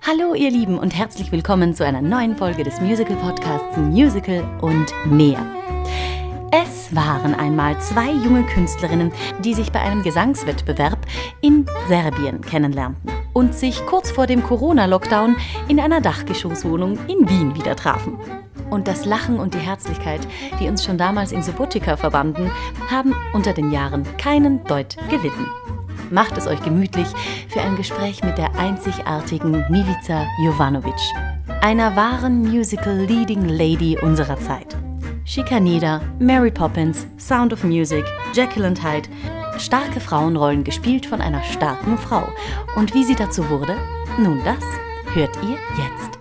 Hallo ihr Lieben und herzlich willkommen zu einer neuen Folge des Musical-Podcasts Musical und mehr. Es waren einmal zwei junge Künstlerinnen, die sich bei einem Gesangswettbewerb in Serbien kennenlernten und sich kurz vor dem Corona-Lockdown in einer Dachgeschosswohnung in Wien wieder trafen. Und das Lachen und die Herzlichkeit, die uns schon damals in Subotica verbanden, haben unter den Jahren keinen Deut gelitten. Macht es euch gemütlich für ein Gespräch mit der einzigartigen Milica Jovanovic, einer wahren Musical-Leading Lady unserer Zeit. Schikaneder, Mary Poppins, Sound of Music, Jekyll and Hyde, starke Frauenrollen gespielt von einer starken Frau. Und wie sie dazu wurde? Nun, das hört ihr jetzt.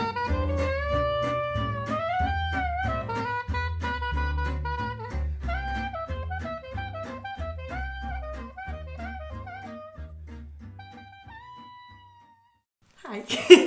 Hi.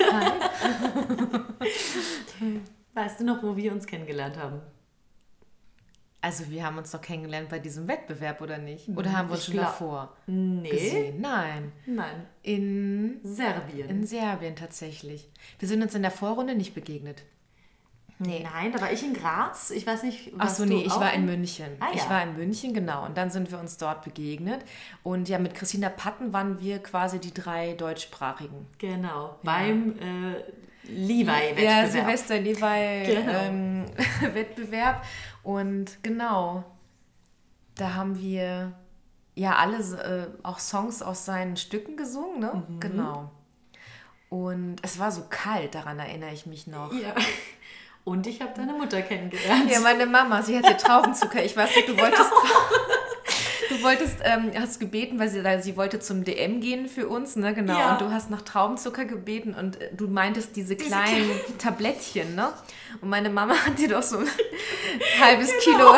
Weißt du noch, wo wir uns kennengelernt haben? Also wir haben uns doch kennengelernt bei diesem Wettbewerb, oder nicht? Oder haben wir uns schon davor Nee. gesehen? Nein. Nein. In Serbien. In Serbien tatsächlich. Wir sind uns in der Vorrunde nicht begegnet. Nee. Nein, da war ich in Graz. Ich weiß nicht, Ach so, nee, ich war in München. Ah, ja. Ich war in München, genau. Und dann sind wir uns dort begegnet. Und ja, mit Christina Patten waren wir quasi die drei Deutschsprachigen. Genau, beim Levi-Wettbewerb. Ja, Silvester-Levi Genau. Wettbewerb. Und genau, da haben wir ja alle auch Songs aus seinen Stücken gesungen, ne? Mhm. Genau. Und es war so kalt, daran erinnere ich mich noch. Ja. Und ich habe deine Mutter kennengelernt. Ja, meine Mama, sie hatte Traubenzucker. Ich weiß nicht, du wolltest, hast gebeten, weil sie wollte zum DM gehen für uns, ne, genau. Ja. Und du hast nach Traubenzucker gebeten und du meintest diese kleinen Tablettchen, ne. Und meine Mama hat dir doch so ein halbes Kilo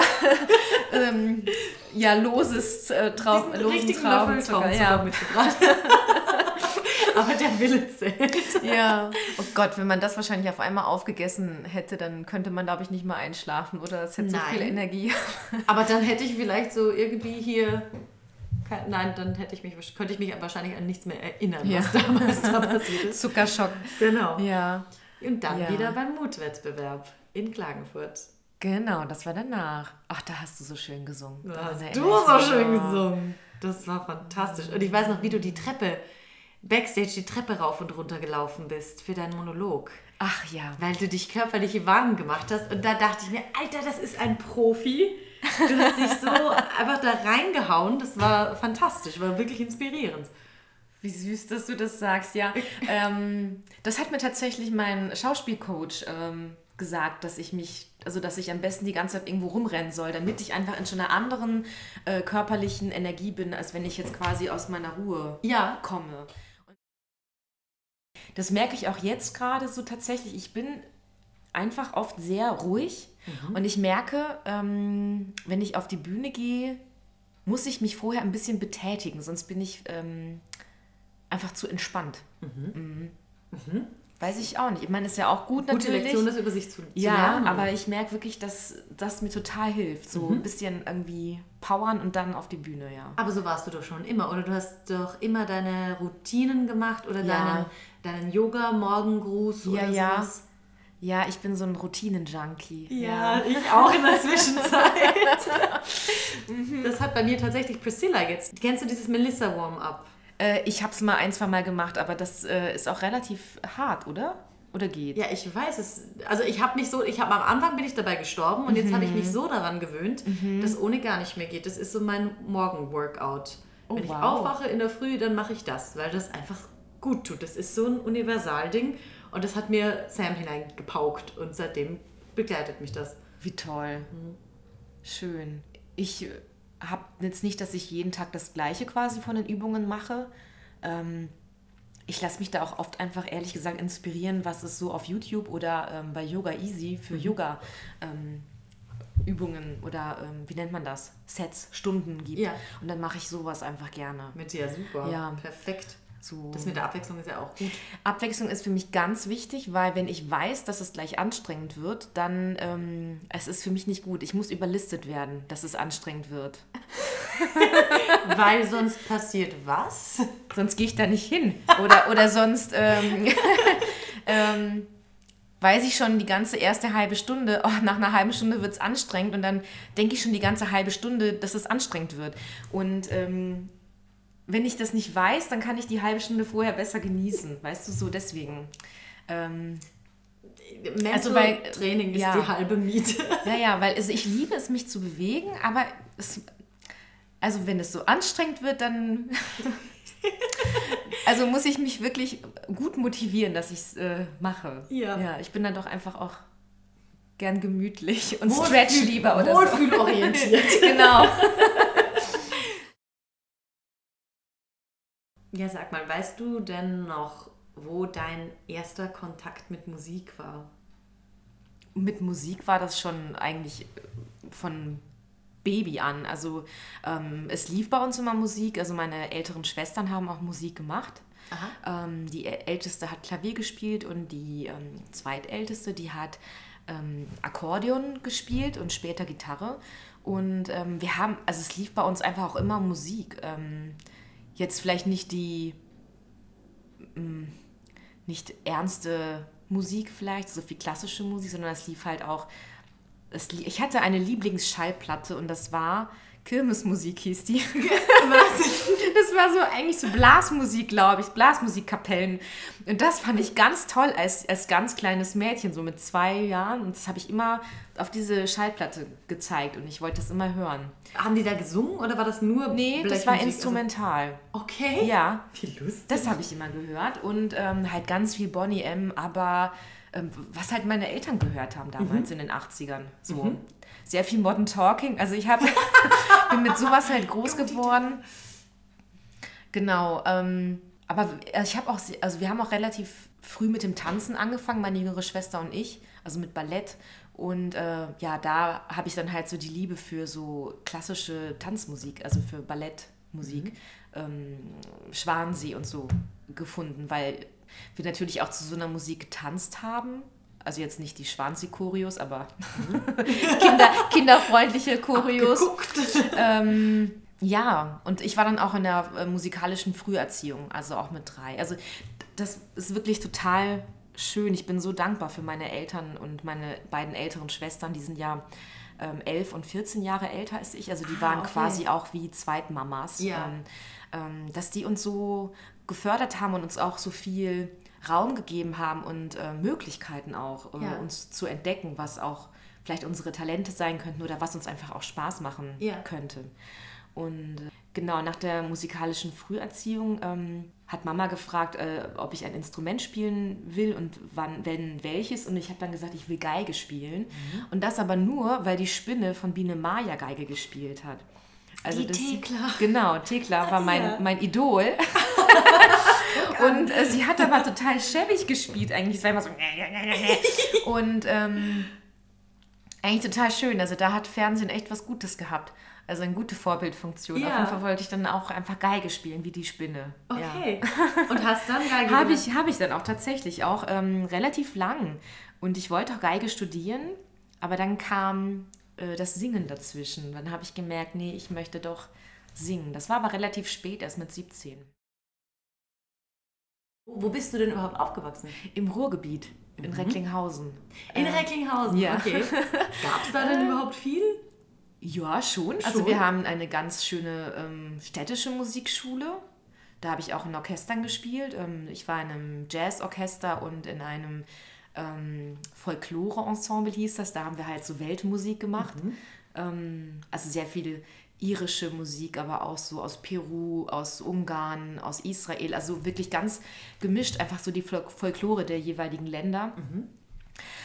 loses losen Traubenzucker mitgebracht. Aber der Wille zählt. Ja. Oh Gott, wenn man das wahrscheinlich auf einmal aufgegessen hätte, dann könnte man, glaube ich, nicht mal einschlafen oder es hätte so viel Energie. Aber dann hätte ich vielleicht so irgendwie hier... Nein, dann könnte ich mich wahrscheinlich an nichts mehr erinnern, was damals da passiert ist. Zuckerschock. Genau. Ja. Und dann wieder beim Mutwettbewerb in Klagenfurt. Genau, das war danach. Ach, da hast du so schön gesungen. Da hast du so schön gesungen. Das war fantastisch. Und ich weiß noch, wie du Backstage die Treppe rauf und runter gelaufen bist für deinen Monolog. Ach ja. Weil du dich körperlich warm gemacht hast. Und da dachte ich mir, Alter, das ist ein Profi. Du hast dich so einfach da reingehauen. Das war fantastisch, war wirklich inspirierend. Wie süß, dass du das sagst, ja. Das hat mir tatsächlich mein Schauspielcoach gesagt, dass ich am besten die ganze Zeit irgendwo rumrennen soll, damit ich einfach in schon einer anderen körperlichen Energie bin, als wenn ich jetzt quasi aus meiner Ruhe komme. Das merke ich auch jetzt gerade so tatsächlich. Ich bin einfach oft sehr ruhig und ich merke, wenn ich auf die Bühne gehe, muss ich mich vorher ein bisschen betätigen, sonst bin ich einfach zu entspannt. Weiß ich auch nicht. Ich meine, ist ja auch gut natürlich. Gute Lektion, das über sich zu lernen. Ja, aber ich merke wirklich, dass das mir total hilft. So ein bisschen irgendwie powern und dann auf die Bühne, ja. Aber so warst du doch schon immer, oder? Du hast doch immer deine Routinen gemacht oder deinen Yoga-Morgengruß oder sowas. Ja, ich bin so ein Routinen-Junkie. Ja, ich auch in der Zwischenzeit. Das hat bei mir tatsächlich Priscilla jetzt. Kennst du dieses Melissa-Warm-Up? Ich habe es mal 1-2 Mal gemacht, aber das ist auch relativ hart, oder? Oder geht? Ja, ich weiß es. Also am Anfang bin ich dabei gestorben und jetzt habe ich mich so daran gewöhnt, dass ohne gar nicht mehr geht. Das ist so mein Morgen-Workout. Oh, Wenn ich aufwache in der Früh, dann mache ich das, weil das einfach gut tut. Das ist so ein Universalding und das hat mir Sam hineingepaukt und seitdem begleitet mich das. Wie toll. Schön. Ich habe jetzt nicht, dass ich jeden Tag das Gleiche quasi von den Übungen mache. Ich lasse mich da auch oft einfach, ehrlich gesagt, inspirieren, was es so auf YouTube oder bei Yoga Easy für Yoga Übungen oder wie nennt man das? Sets, Stunden gibt. Ja. Und dann mache ich sowas einfach gerne. Mit dir, super. Ja. Perfekt. So. Das mit der Abwechslung ist ja auch gut. Abwechslung ist für mich ganz wichtig, weil wenn ich weiß, dass es gleich anstrengend wird, dann es ist für mich nicht gut. Ich muss überlistet werden, dass es anstrengend wird. Weil sonst passiert was? Sonst gehe ich da nicht hin. Oder sonst weiß ich schon die ganze erste halbe Stunde, nach einer halben Stunde wird es anstrengend und dann denke ich schon die ganze halbe Stunde, dass es anstrengend wird. Und wenn ich das nicht weiß, dann kann ich die halbe Stunde vorher besser genießen. Weißt du, so deswegen. Training ist die halbe Miete. Ja, weil ich liebe es, mich zu bewegen, aber wenn es so anstrengend wird, dann muss ich mich wirklich gut motivieren, dass ich es mache. Ja, ich bin dann doch einfach auch gern gemütlich und stretch lieber oder so. Wohlfühlorientiert. Genau. Ja, sag mal, weißt du denn noch, wo dein erster Kontakt mit Musik war? Mit Musik war das schon eigentlich von Baby an. Also es lief bei uns immer Musik. Also meine älteren Schwestern haben auch Musik gemacht. Die Älteste hat Klavier gespielt und die Zweitälteste, die hat Akkordeon gespielt und später Gitarre. Und es lief bei uns einfach auch immer Musik. Jetzt vielleicht nicht nicht ernste Musik vielleicht, so viel klassische Musik, sondern es lief halt auch, ich hatte eine Lieblingsschallplatte und das war Kirmesmusik hieß die. Was? Das war so eigentlich so Blasmusik, glaube ich, Blasmusikkapellen. Und das fand ich ganz toll als ganz kleines Mädchen, so mit 2 Jahren. Und das habe ich immer auf diese Schallplatte gezeigt und ich wollte das immer hören. Haben die da gesungen oder war das nur Nee, das war instrumental. Also, okay. Ja. Wie lustig. Das habe ich immer gehört und halt ganz viel Boney M., aber was halt meine Eltern gehört haben damals in den 80ern. So. Sehr viel Modern Talking. Also ich bin mit sowas halt groß geworden. Genau. Aber wir haben auch relativ früh mit dem Tanzen angefangen, meine jüngere Schwester und ich, also mit Ballett. Und da habe ich dann halt so die Liebe für so klassische Tanzmusik, also für Ballettmusik, Schwansee und so gefunden, weil wir natürlich auch zu so einer Musik getanzt haben. Also jetzt nicht die Schwansee-Choreos, aber kinderfreundliche Choreos. Und ich war dann auch in der musikalischen Früherziehung, also auch mit 3. Also das ist wirklich total schön. Ich bin so dankbar für meine Eltern und meine beiden älteren Schwestern, die sind ja 11 und 14 Jahre älter als ich. Also die waren quasi auch wie Zweitmamas. Ja. Dass die uns so gefördert haben und uns auch so viel Raum gegeben haben und Möglichkeiten auch, uns zu entdecken, was auch vielleicht unsere Talente sein könnten oder was uns einfach auch Spaß machen könnte. Und genau, nach der musikalischen Früherziehung hat Mama gefragt, ob ich ein Instrument spielen will und wenn welches. Und ich habe dann gesagt, ich will Geige spielen. Und das aber nur, weil die Spinne von Biene Maya Geige gespielt hat. Also Thekla. Genau, Thekla war mein Idol. Und sie hat aber total schäbig gespielt eigentlich. Es war immer so und eigentlich total schön. Also da hat Fernsehen echt was Gutes gehabt. Also eine gute Vorbildfunktion. Ja. Auf jeden Fall wollte ich dann auch einfach Geige spielen, wie die Spinne. Okay. Ja. Und hast dann Geige gemacht? Habe ich dann auch tatsächlich, auch relativ lang. Und ich wollte auch Geige studieren, aber dann kam das Singen dazwischen. Dann habe ich gemerkt, nee, ich möchte doch singen. Das war aber relativ spät, erst mit 17. Wo bist du denn überhaupt aufgewachsen? Im Ruhrgebiet, in Recklinghausen. In Recklinghausen, ja. Okay. Gab es da denn überhaupt viel? Ja, schon. Also wir haben eine ganz schöne städtische Musikschule. Da habe ich auch in Orchestern gespielt. Ich war in einem Jazzorchester und in einem Folklore-Ensemble hieß das. Da haben wir halt so Weltmusik gemacht. Also sehr viel irische Musik, aber auch so aus Peru, aus Ungarn, aus Israel. Also wirklich ganz gemischt, einfach so die Folklore der jeweiligen Länder.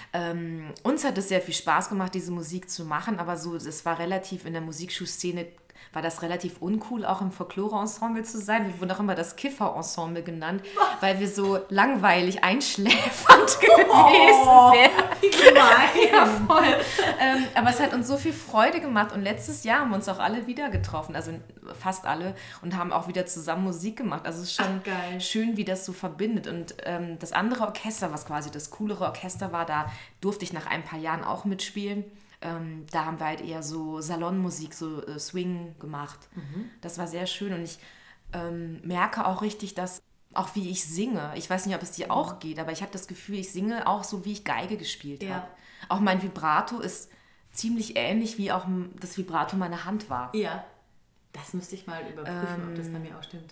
Uns hat es sehr viel Spaß gemacht, diese Musik zu machen, aber so, das war relativ in der Musikschulszene, war das relativ uncool, auch im Folklore-Ensemble zu sein. Wir wurden auch immer das Kiffer-Ensemble genannt, weil wir so langweilig einschläfernd gewesen wären. Ja, voll. Aber es hat uns so viel Freude gemacht und letztes Jahr haben wir uns auch alle wieder getroffen, also fast alle, und haben auch wieder zusammen Musik gemacht. Also es ist schon schön, wie das so verbindet. Und das andere Orchester, was quasi das coolere Orchester war, da durfte ich nach ein paar Jahren auch mitspielen. Da haben wir halt eher so Salonmusik, so Swing gemacht. Das war sehr schön und ich merke auch richtig, dass auch wie ich singe, ich weiß nicht, ob es dir auch geht, aber ich habe das Gefühl, ich singe auch so, wie ich Geige gespielt habe. Auch mein Vibrato ist ziemlich ähnlich, wie auch das Vibrato meiner Hand war. Ja, das müsste ich mal überprüfen, ob das bei mir auch stimmt.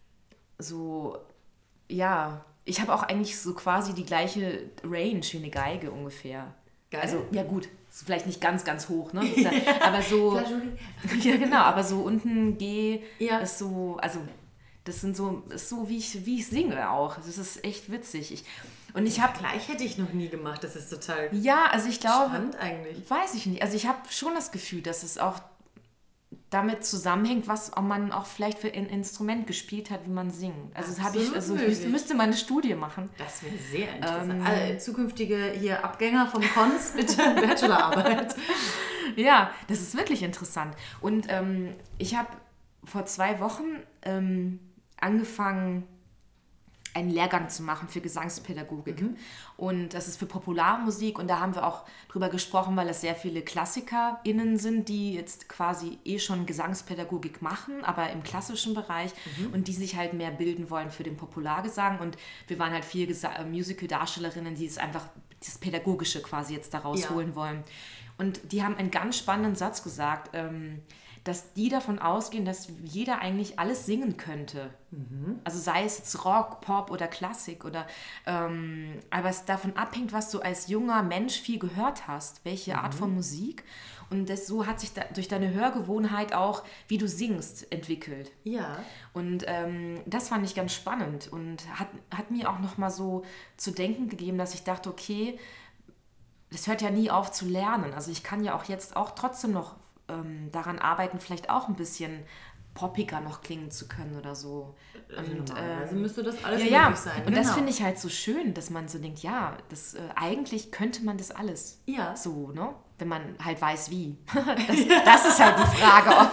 So, ja, ich habe auch eigentlich so quasi die gleiche Range wie eine Geige ungefähr. Geil. Also, ja gut, ist vielleicht nicht ganz, ganz hoch, ne? Aber so, ja genau, aber so unten G ist so, also das sind so, ist so wie ich singe auch. Das ist echt witzig. Gleich hätte ich noch nie gemacht, das ist total also ich glaube, spannend eigentlich. Weiß ich nicht, also ich habe schon das Gefühl, dass es auch damit zusammenhängt, was man auch vielleicht für ein Instrument gespielt hat, wie man singt. Also ich müsste mal eine Studie machen. Das wäre sehr interessant. Zukünftige hier Abgänger vom Cons, bitte Bachelorarbeit. Ja, das ist wirklich interessant. Und ich habe vor 2 Wochen angefangen, einen Lehrgang zu machen für Gesangspädagogik. Und das ist für Popularmusik und da haben wir auch drüber gesprochen, weil es sehr viele KlassikerInnen sind, die jetzt quasi schon Gesangspädagogik machen, aber im klassischen Bereich und die sich halt mehr bilden wollen für den Populargesang und wir waren halt 4 Musical-Darstellerinnen, die es einfach das Pädagogische quasi jetzt daraus holen wollen. Und die haben einen ganz spannenden Satz gesagt, dass die davon ausgehen, dass jeder eigentlich alles singen könnte. Also sei es jetzt Rock, Pop oder Klassik oder aber es davon abhängt, was du als junger Mensch viel gehört hast, welche Art von Musik. Und so hat sich durch deine Hörgewohnheit auch, wie du singst, entwickelt. Ja. Und das fand ich ganz spannend und hat mir auch nochmal so zu denken gegeben, dass ich dachte, okay, das hört ja nie auf zu lernen. Also ich kann ja auch jetzt auch trotzdem noch daran arbeiten, vielleicht auch ein bisschen poppiger noch klingen zu können oder so. Und, also müsste das alles möglich sein. Und das finde ich halt so schön, dass man so denkt, ja, das, eigentlich könnte man das alles so, ne? Wenn man halt weiß, wie. Das ist halt die Frage.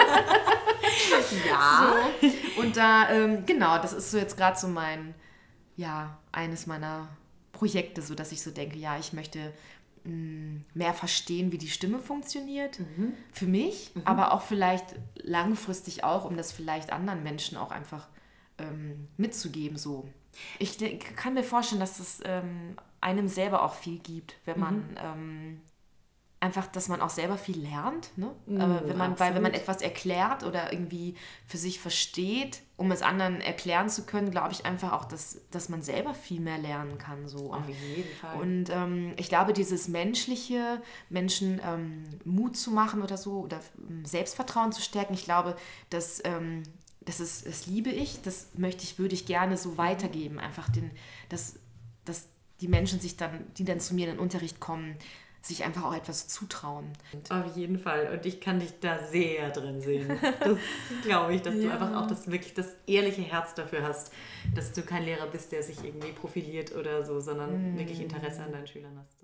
So. Und da, genau, das ist so jetzt gerade so eines meiner Projekte, so dass ich so denke, ja, ich möchte mehr verstehen, wie die Stimme funktioniert, für mich, aber auch vielleicht langfristig auch, um das vielleicht anderen Menschen auch einfach mitzugeben. So. Ich kann mir vorstellen, dass es einem selber auch viel gibt, wenn man einfach, dass man auch selber viel lernt, ne? Wenn man etwas erklärt oder irgendwie für sich versteht, um es anderen erklären zu können, glaube ich einfach auch, dass man selber viel mehr lernen kann. So. Auf jeden Fall. Und ich glaube, dieses menschliche, Menschen Mut zu machen oder so oder Selbstvertrauen zu stärken, ich glaube, das liebe ich, würde ich gerne so weitergeben. Einfach dass die Menschen die dann zu mir in den Unterricht kommen, sich einfach auch etwas zutrauen. Auf jeden Fall. Und ich kann dich da sehr drin sehen. Das glaube ich, dass du einfach auch wirklich das ehrliche Herz dafür hast, dass du kein Lehrer bist, der sich irgendwie profiliert oder so, sondern wirklich Interesse an deinen Schülern hast.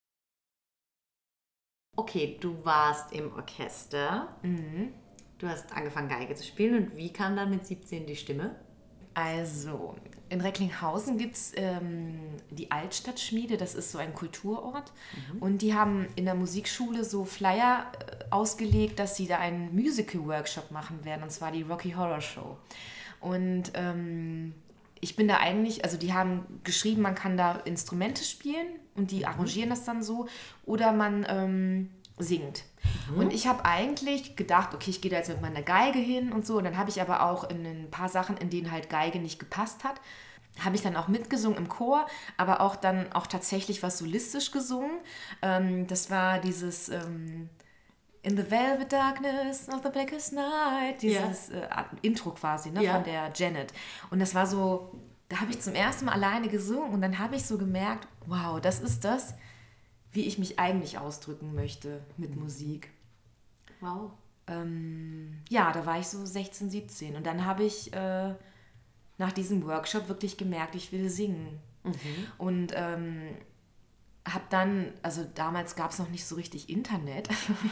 Okay, du warst im Orchester. Du hast angefangen, Geige zu spielen. Und wie kam dann mit 17 die Stimme? Also, in Recklinghausen gibt es die Altstadtschmiede, das ist so ein Kulturort. Und die haben in der Musikschule so Flyer ausgelegt, dass sie da einen Musical-Workshop machen werden, und zwar die Rocky Horror Show. Und ich bin da eigentlich, also die haben geschrieben, man kann da Instrumente spielen und die arrangieren das dann so, oder man singt. Und ich habe eigentlich gedacht, okay, ich gehe da jetzt mit meiner Geige hin und so. Und dann habe ich aber auch in ein paar Sachen, in denen halt Geige nicht gepasst hat, habe ich dann auch mitgesungen im Chor, aber auch dann auch tatsächlich was solistisch gesungen. Das war dieses In the Velvet Darkness of the Blackest Night, dieses Intro quasi, ne, von der Janet. Und das war so, da habe ich zum ersten Mal alleine gesungen und dann habe ich so gemerkt, wow, das ist das, wie ich mich eigentlich ausdrücken möchte mit Musik. Wow. ja, da war ich so 16, 17. Und dann habe ich nach diesem Workshop wirklich gemerkt, ich will singen. Und habe dann, also damals gab es noch nicht so richtig Internet.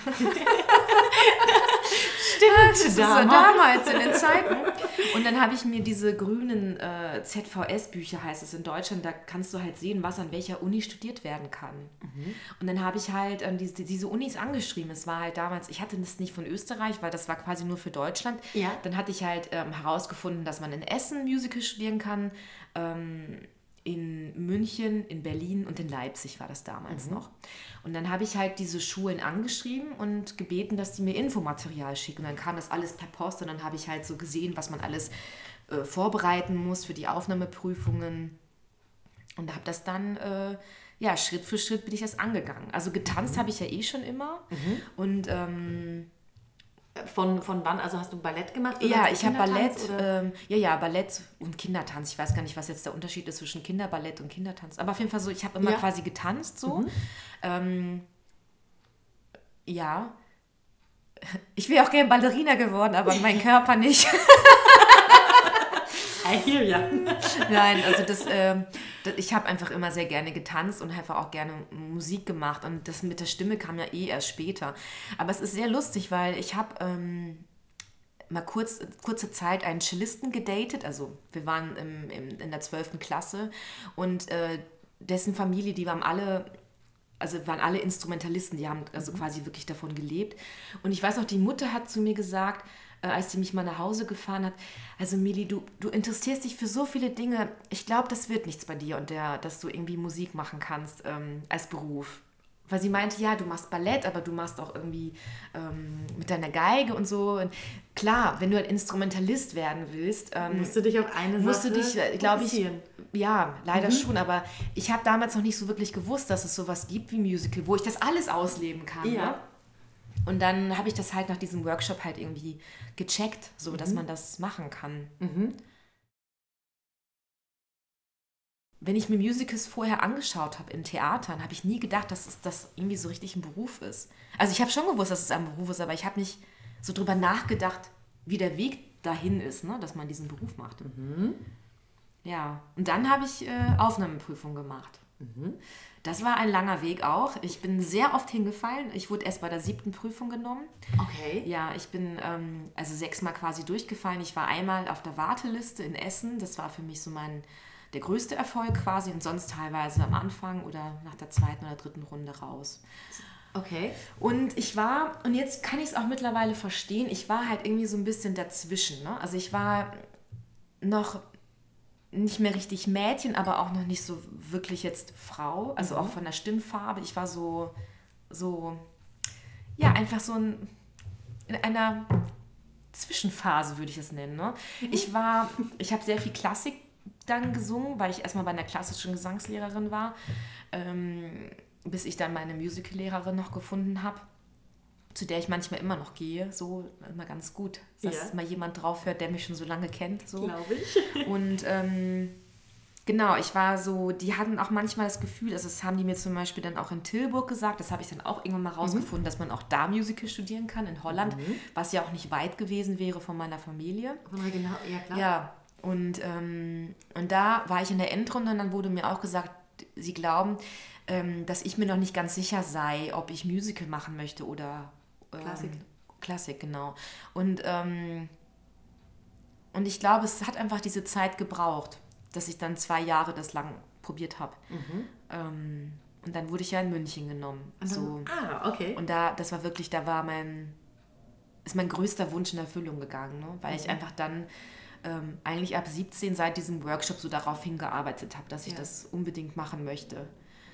Stimmt, damals in den Zeiten. Und dann habe ich mir diese grünen ZVS-Bücher, heißt es in Deutschland, da kannst du halt sehen, was an welcher Uni studiert werden kann. Und dann habe ich halt diese Unis angeschrieben. Es war halt damals, ich hatte das nicht von Österreich, weil das war quasi nur für Deutschland. Ja. Dann hatte ich halt herausgefunden, dass man in Essen Musical studieren kann, in München, in Berlin und in Leipzig war das damals noch. Und dann habe ich halt diese Schulen angeschrieben und gebeten, dass die mir Infomaterial schicken. Und dann kam das alles per Post und dann habe ich halt so gesehen, was man alles vorbereiten muss für die Aufnahmeprüfungen. Und habe das dann, ja, Schritt für Schritt bin ich das angegangen. Also getanzt habe ich ja eh schon immer. Und Von wann? Also hast du Ballett gemacht? Oder ja, ich habe Kindertanz, Ballett, Ballett und Kindertanz. Ich weiß gar nicht, was jetzt der Unterschied ist zwischen Kinderballett und Kindertanz. Aber auf jeden Fall so, ich habe immer quasi getanzt so. Ja, ich wäre auch gerne Ballerina geworden, aber mein Körper nicht. Ja. Nein, also ich habe einfach immer sehr gerne getanzt und einfach auch gerne Musik gemacht. Und das mit der Stimme kam ja eh erst später. Aber es ist sehr lustig, weil ich habe mal kurze Zeit einen Cellisten gedatet. Also wir waren in der 12. Klasse und dessen Familie, die waren alle Instrumentalisten, die haben also quasi wirklich davon gelebt. Und ich weiß noch, die Mutter hat zu mir gesagt, als sie mich mal nach Hause gefahren hat, also Mili, du interessierst dich für so viele Dinge, ich glaube, das wird nichts bei dir und dass du irgendwie Musik machen kannst als Beruf. Weil sie meinte, ja, du machst Ballett, aber du machst auch irgendwie mit deiner Geige und so. Und klar, wenn du ein Instrumentalist werden willst, musst du dich auf eine Sache glaube ich, fokussieren. ja, leider schon, aber ich habe damals noch nicht so wirklich gewusst, dass es sowas gibt wie Musical, wo ich das alles ausleben kann. Ja. Ne? Und dann habe ich das halt nach diesem Workshop halt irgendwie gecheckt, so dass man das machen kann. Wenn ich mir Musicals vorher angeschaut habe in Theatern, habe ich nie gedacht, dass das irgendwie so richtig ein Beruf ist. Also ich habe schon gewusst, dass es ein Beruf ist, aber ich habe nicht so drüber nachgedacht, wie der Weg dahin ist, ne, dass man diesen Beruf macht. Ja, und dann habe ich Aufnahmeprüfung gemacht. Das war ein langer Weg auch. Ich bin sehr oft hingefallen. Ich wurde erst bei der 7. Prüfung genommen. Okay. Ja, ich bin also 6-mal quasi durchgefallen. Ich war einmal auf der Warteliste in Essen. Das war für mich so der größte Erfolg quasi und sonst teilweise am Anfang oder nach der 2. oder 3. Runde raus. Okay. Und jetzt kann ich es auch mittlerweile verstehen, ich war halt irgendwie so ein bisschen dazwischen. Ne? Also ich war noch nicht mehr richtig Mädchen, aber auch noch nicht so wirklich jetzt Frau, also auch von der Stimmfarbe. Ich war so ja, einfach so in einer Zwischenphase, würde ich es nennen. Ne? Ich habe sehr viel Klassik dann gesungen, weil ich erstmal bei einer klassischen Gesangslehrerin war, bis ich dann meine Musicallehrerin noch gefunden habe, zu der ich manchmal immer noch gehe, so immer ganz gut, dass mal jemand drauf hört, der mich schon so lange kennt. So. Glaube ich. Und genau, ich war so, die hatten auch manchmal das Gefühl, also das haben die mir zum Beispiel dann auch in Tilburg gesagt, das habe ich dann auch irgendwann mal rausgefunden, dass man auch da Musical studieren kann, in Holland, was ja auch nicht weit gewesen wäre von meiner Familie. Genau, ja klar. Ja, und da war ich in der Endrunde und dann wurde mir auch gesagt, sie glauben, dass ich mir noch nicht ganz sicher sei, ob ich Musical machen möchte oder Klassik, genau. Und ich glaube, es hat einfach diese Zeit gebraucht, dass ich dann 2 Jahre das lang probiert habe. Und dann wurde ich ja in München genommen. So. Okay. Und das war wirklich, ist mein größter Wunsch in Erfüllung gegangen, ne? Weil ich einfach dann eigentlich ab 17 seit diesem Workshop so darauf hingearbeitet habe, dass ich das unbedingt machen möchte.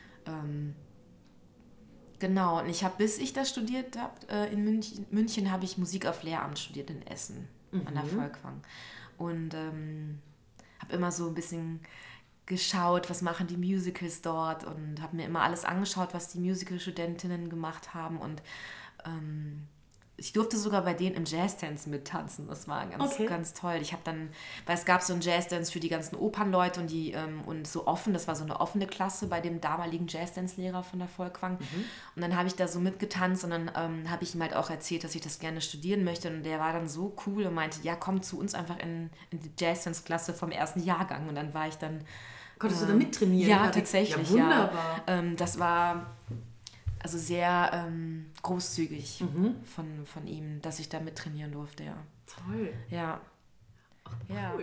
Genau, und bis ich das studiert habe, in München habe ich Musik auf Lehramt studiert in Essen, an der Folkwang. Und habe immer so ein bisschen geschaut, was machen die Musicals dort und habe mir immer alles angeschaut, was die Musical-Studentinnen gemacht haben und ich durfte sogar bei denen im Jazzdance mittanzen. Das war ganz toll. Ich habe dann, weil es gab so einen Jazzdance für die ganzen Opernleute und die und so offen, das war so eine offene Klasse bei dem damaligen Jazzdance-Lehrer von der Volkwang. Und dann habe ich da so mitgetanzt und dann habe ich ihm halt auch erzählt, dass ich das gerne studieren möchte. Und der war dann so cool und meinte, ja, komm zu uns einfach in die Jazzdance-Klasse vom ersten Jahrgang. Und dann war ich dann... Konntest du da mittrainieren? Ja, tatsächlich. Ja, wunderbar. Ja. Das war also sehr großzügig von ihm, dass ich da mittrainieren durfte, ja. Toll. Ja. Ach, cool. Ja.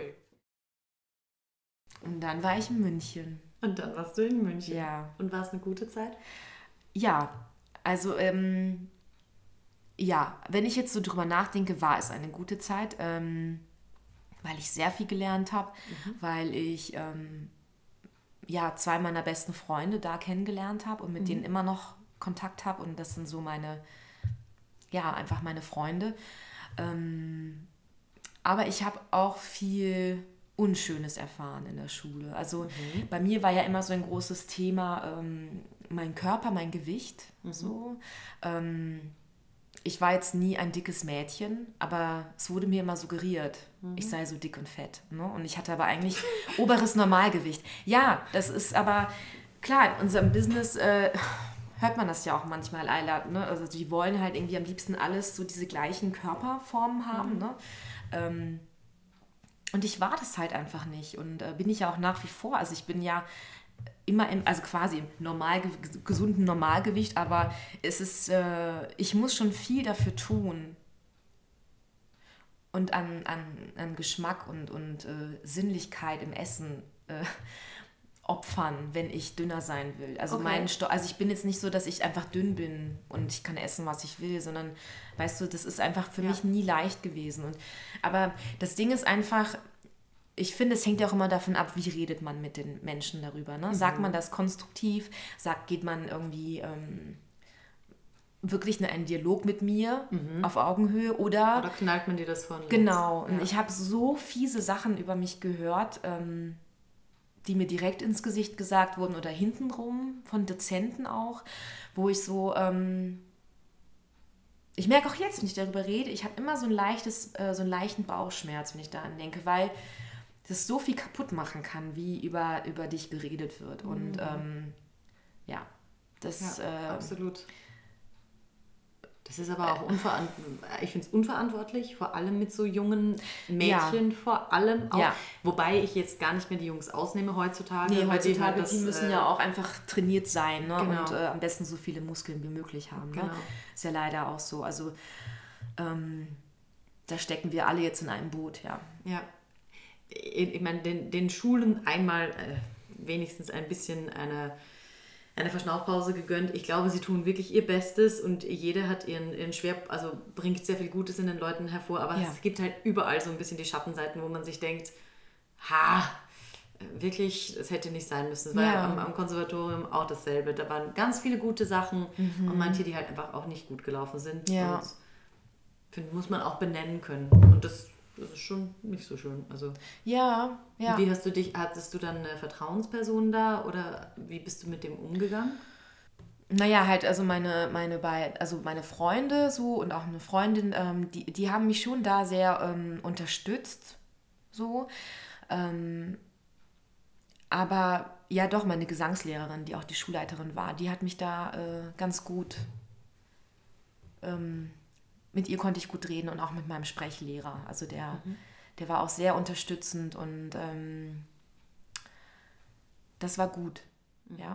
Und dann war ich in München. Und dann warst du in München. Ja. Und war es eine gute Zeit? Ja, also ja, wenn ich jetzt so drüber nachdenke, war es eine gute Zeit, weil ich sehr viel gelernt habe, weil ich ja 2 meiner besten Freunde da kennengelernt habe und mit denen immer noch Kontakt habe und das sind so einfach meine Freunde. Aber ich habe auch viel Unschönes erfahren in der Schule. Also bei mir war ja immer so ein großes Thema mein Körper, mein Gewicht. So. Ich war jetzt nie ein dickes Mädchen, aber es wurde mir immer suggeriert, ich sei so dick und fett. Ne? Und ich hatte aber eigentlich oberes Normalgewicht. Ja, das ist aber, klar, in unserem Business hört man das ja auch manchmal, Ayla, ne? Also die wollen halt irgendwie am liebsten alles so diese gleichen Körperformen haben. Ne? Und ich war das halt einfach nicht und bin ich ja auch nach wie vor. Also ich bin ja immer also quasi im gesunden Normalgewicht, aber es ist, ich muss schon viel dafür tun und an Geschmack und Sinnlichkeit im Essen opfern, wenn ich dünner sein will. Also also ich bin jetzt nicht so, dass ich einfach dünn bin und ich kann essen, was ich will, sondern, weißt du, das ist einfach für mich nie leicht gewesen. Aber das Ding ist einfach, ich finde, es hängt ja auch immer davon ab, wie redet man mit den Menschen darüber. Ne? Sagt man das konstruktiv? Geht man irgendwie wirklich in einen Dialog mit mir auf Augenhöhe? Oder knallt man dir das von links? Genau. Und ich habe so fiese Sachen über mich gehört, die mir direkt ins Gesicht gesagt wurden oder hintenrum von Dozenten auch, wo ich so... ich merke auch jetzt, wenn ich darüber rede, ich habe immer so einen leichten Bauchschmerz, wenn ich daran denke, weil das so viel kaputt machen kann, wie über dich geredet wird. Und ja, das... absolut. Das ist aber auch ich finde es unverantwortlich, vor allem mit so jungen Mädchen, vor allem auch. Ja. Wobei ich jetzt gar nicht mehr die Jungs ausnehme heutzutage. Nee, heutzutage, die müssen ja auch einfach trainiert sein, ne? Genau. Und am besten so viele Muskeln wie möglich haben. Genau. Ne? Ist ja leider auch so. Also da stecken wir alle jetzt in einem Boot, ja. Ja. Ich meine, den Schulen einmal wenigstens ein bisschen eine Verschnaufpause gegönnt. Ich glaube, sie tun wirklich ihr Bestes und jeder hat ihren also bringt sehr viel Gutes in den Leuten hervor, aber es gibt halt überall so ein bisschen die Schattenseiten, wo man sich denkt, wirklich, es hätte nicht sein müssen. Es war ja am Konservatorium auch dasselbe. Da waren ganz viele gute Sachen und manche, die halt einfach auch nicht gut gelaufen sind. Ja. Und finde, muss man auch benennen können. Und das ist schon nicht so schön. Also, ja. Wie hattest du dann eine Vertrauensperson da oder wie bist du mit dem umgegangen? Naja, halt, also meine Freunde so und auch eine Freundin, die haben mich schon da sehr unterstützt. So. Aber ja doch, meine Gesangslehrerin, die auch die Schulleiterin war, die hat mich da ganz gut mit ihr konnte ich gut reden und auch mit meinem Sprechlehrer. Also der war auch sehr unterstützend und das war gut, ja.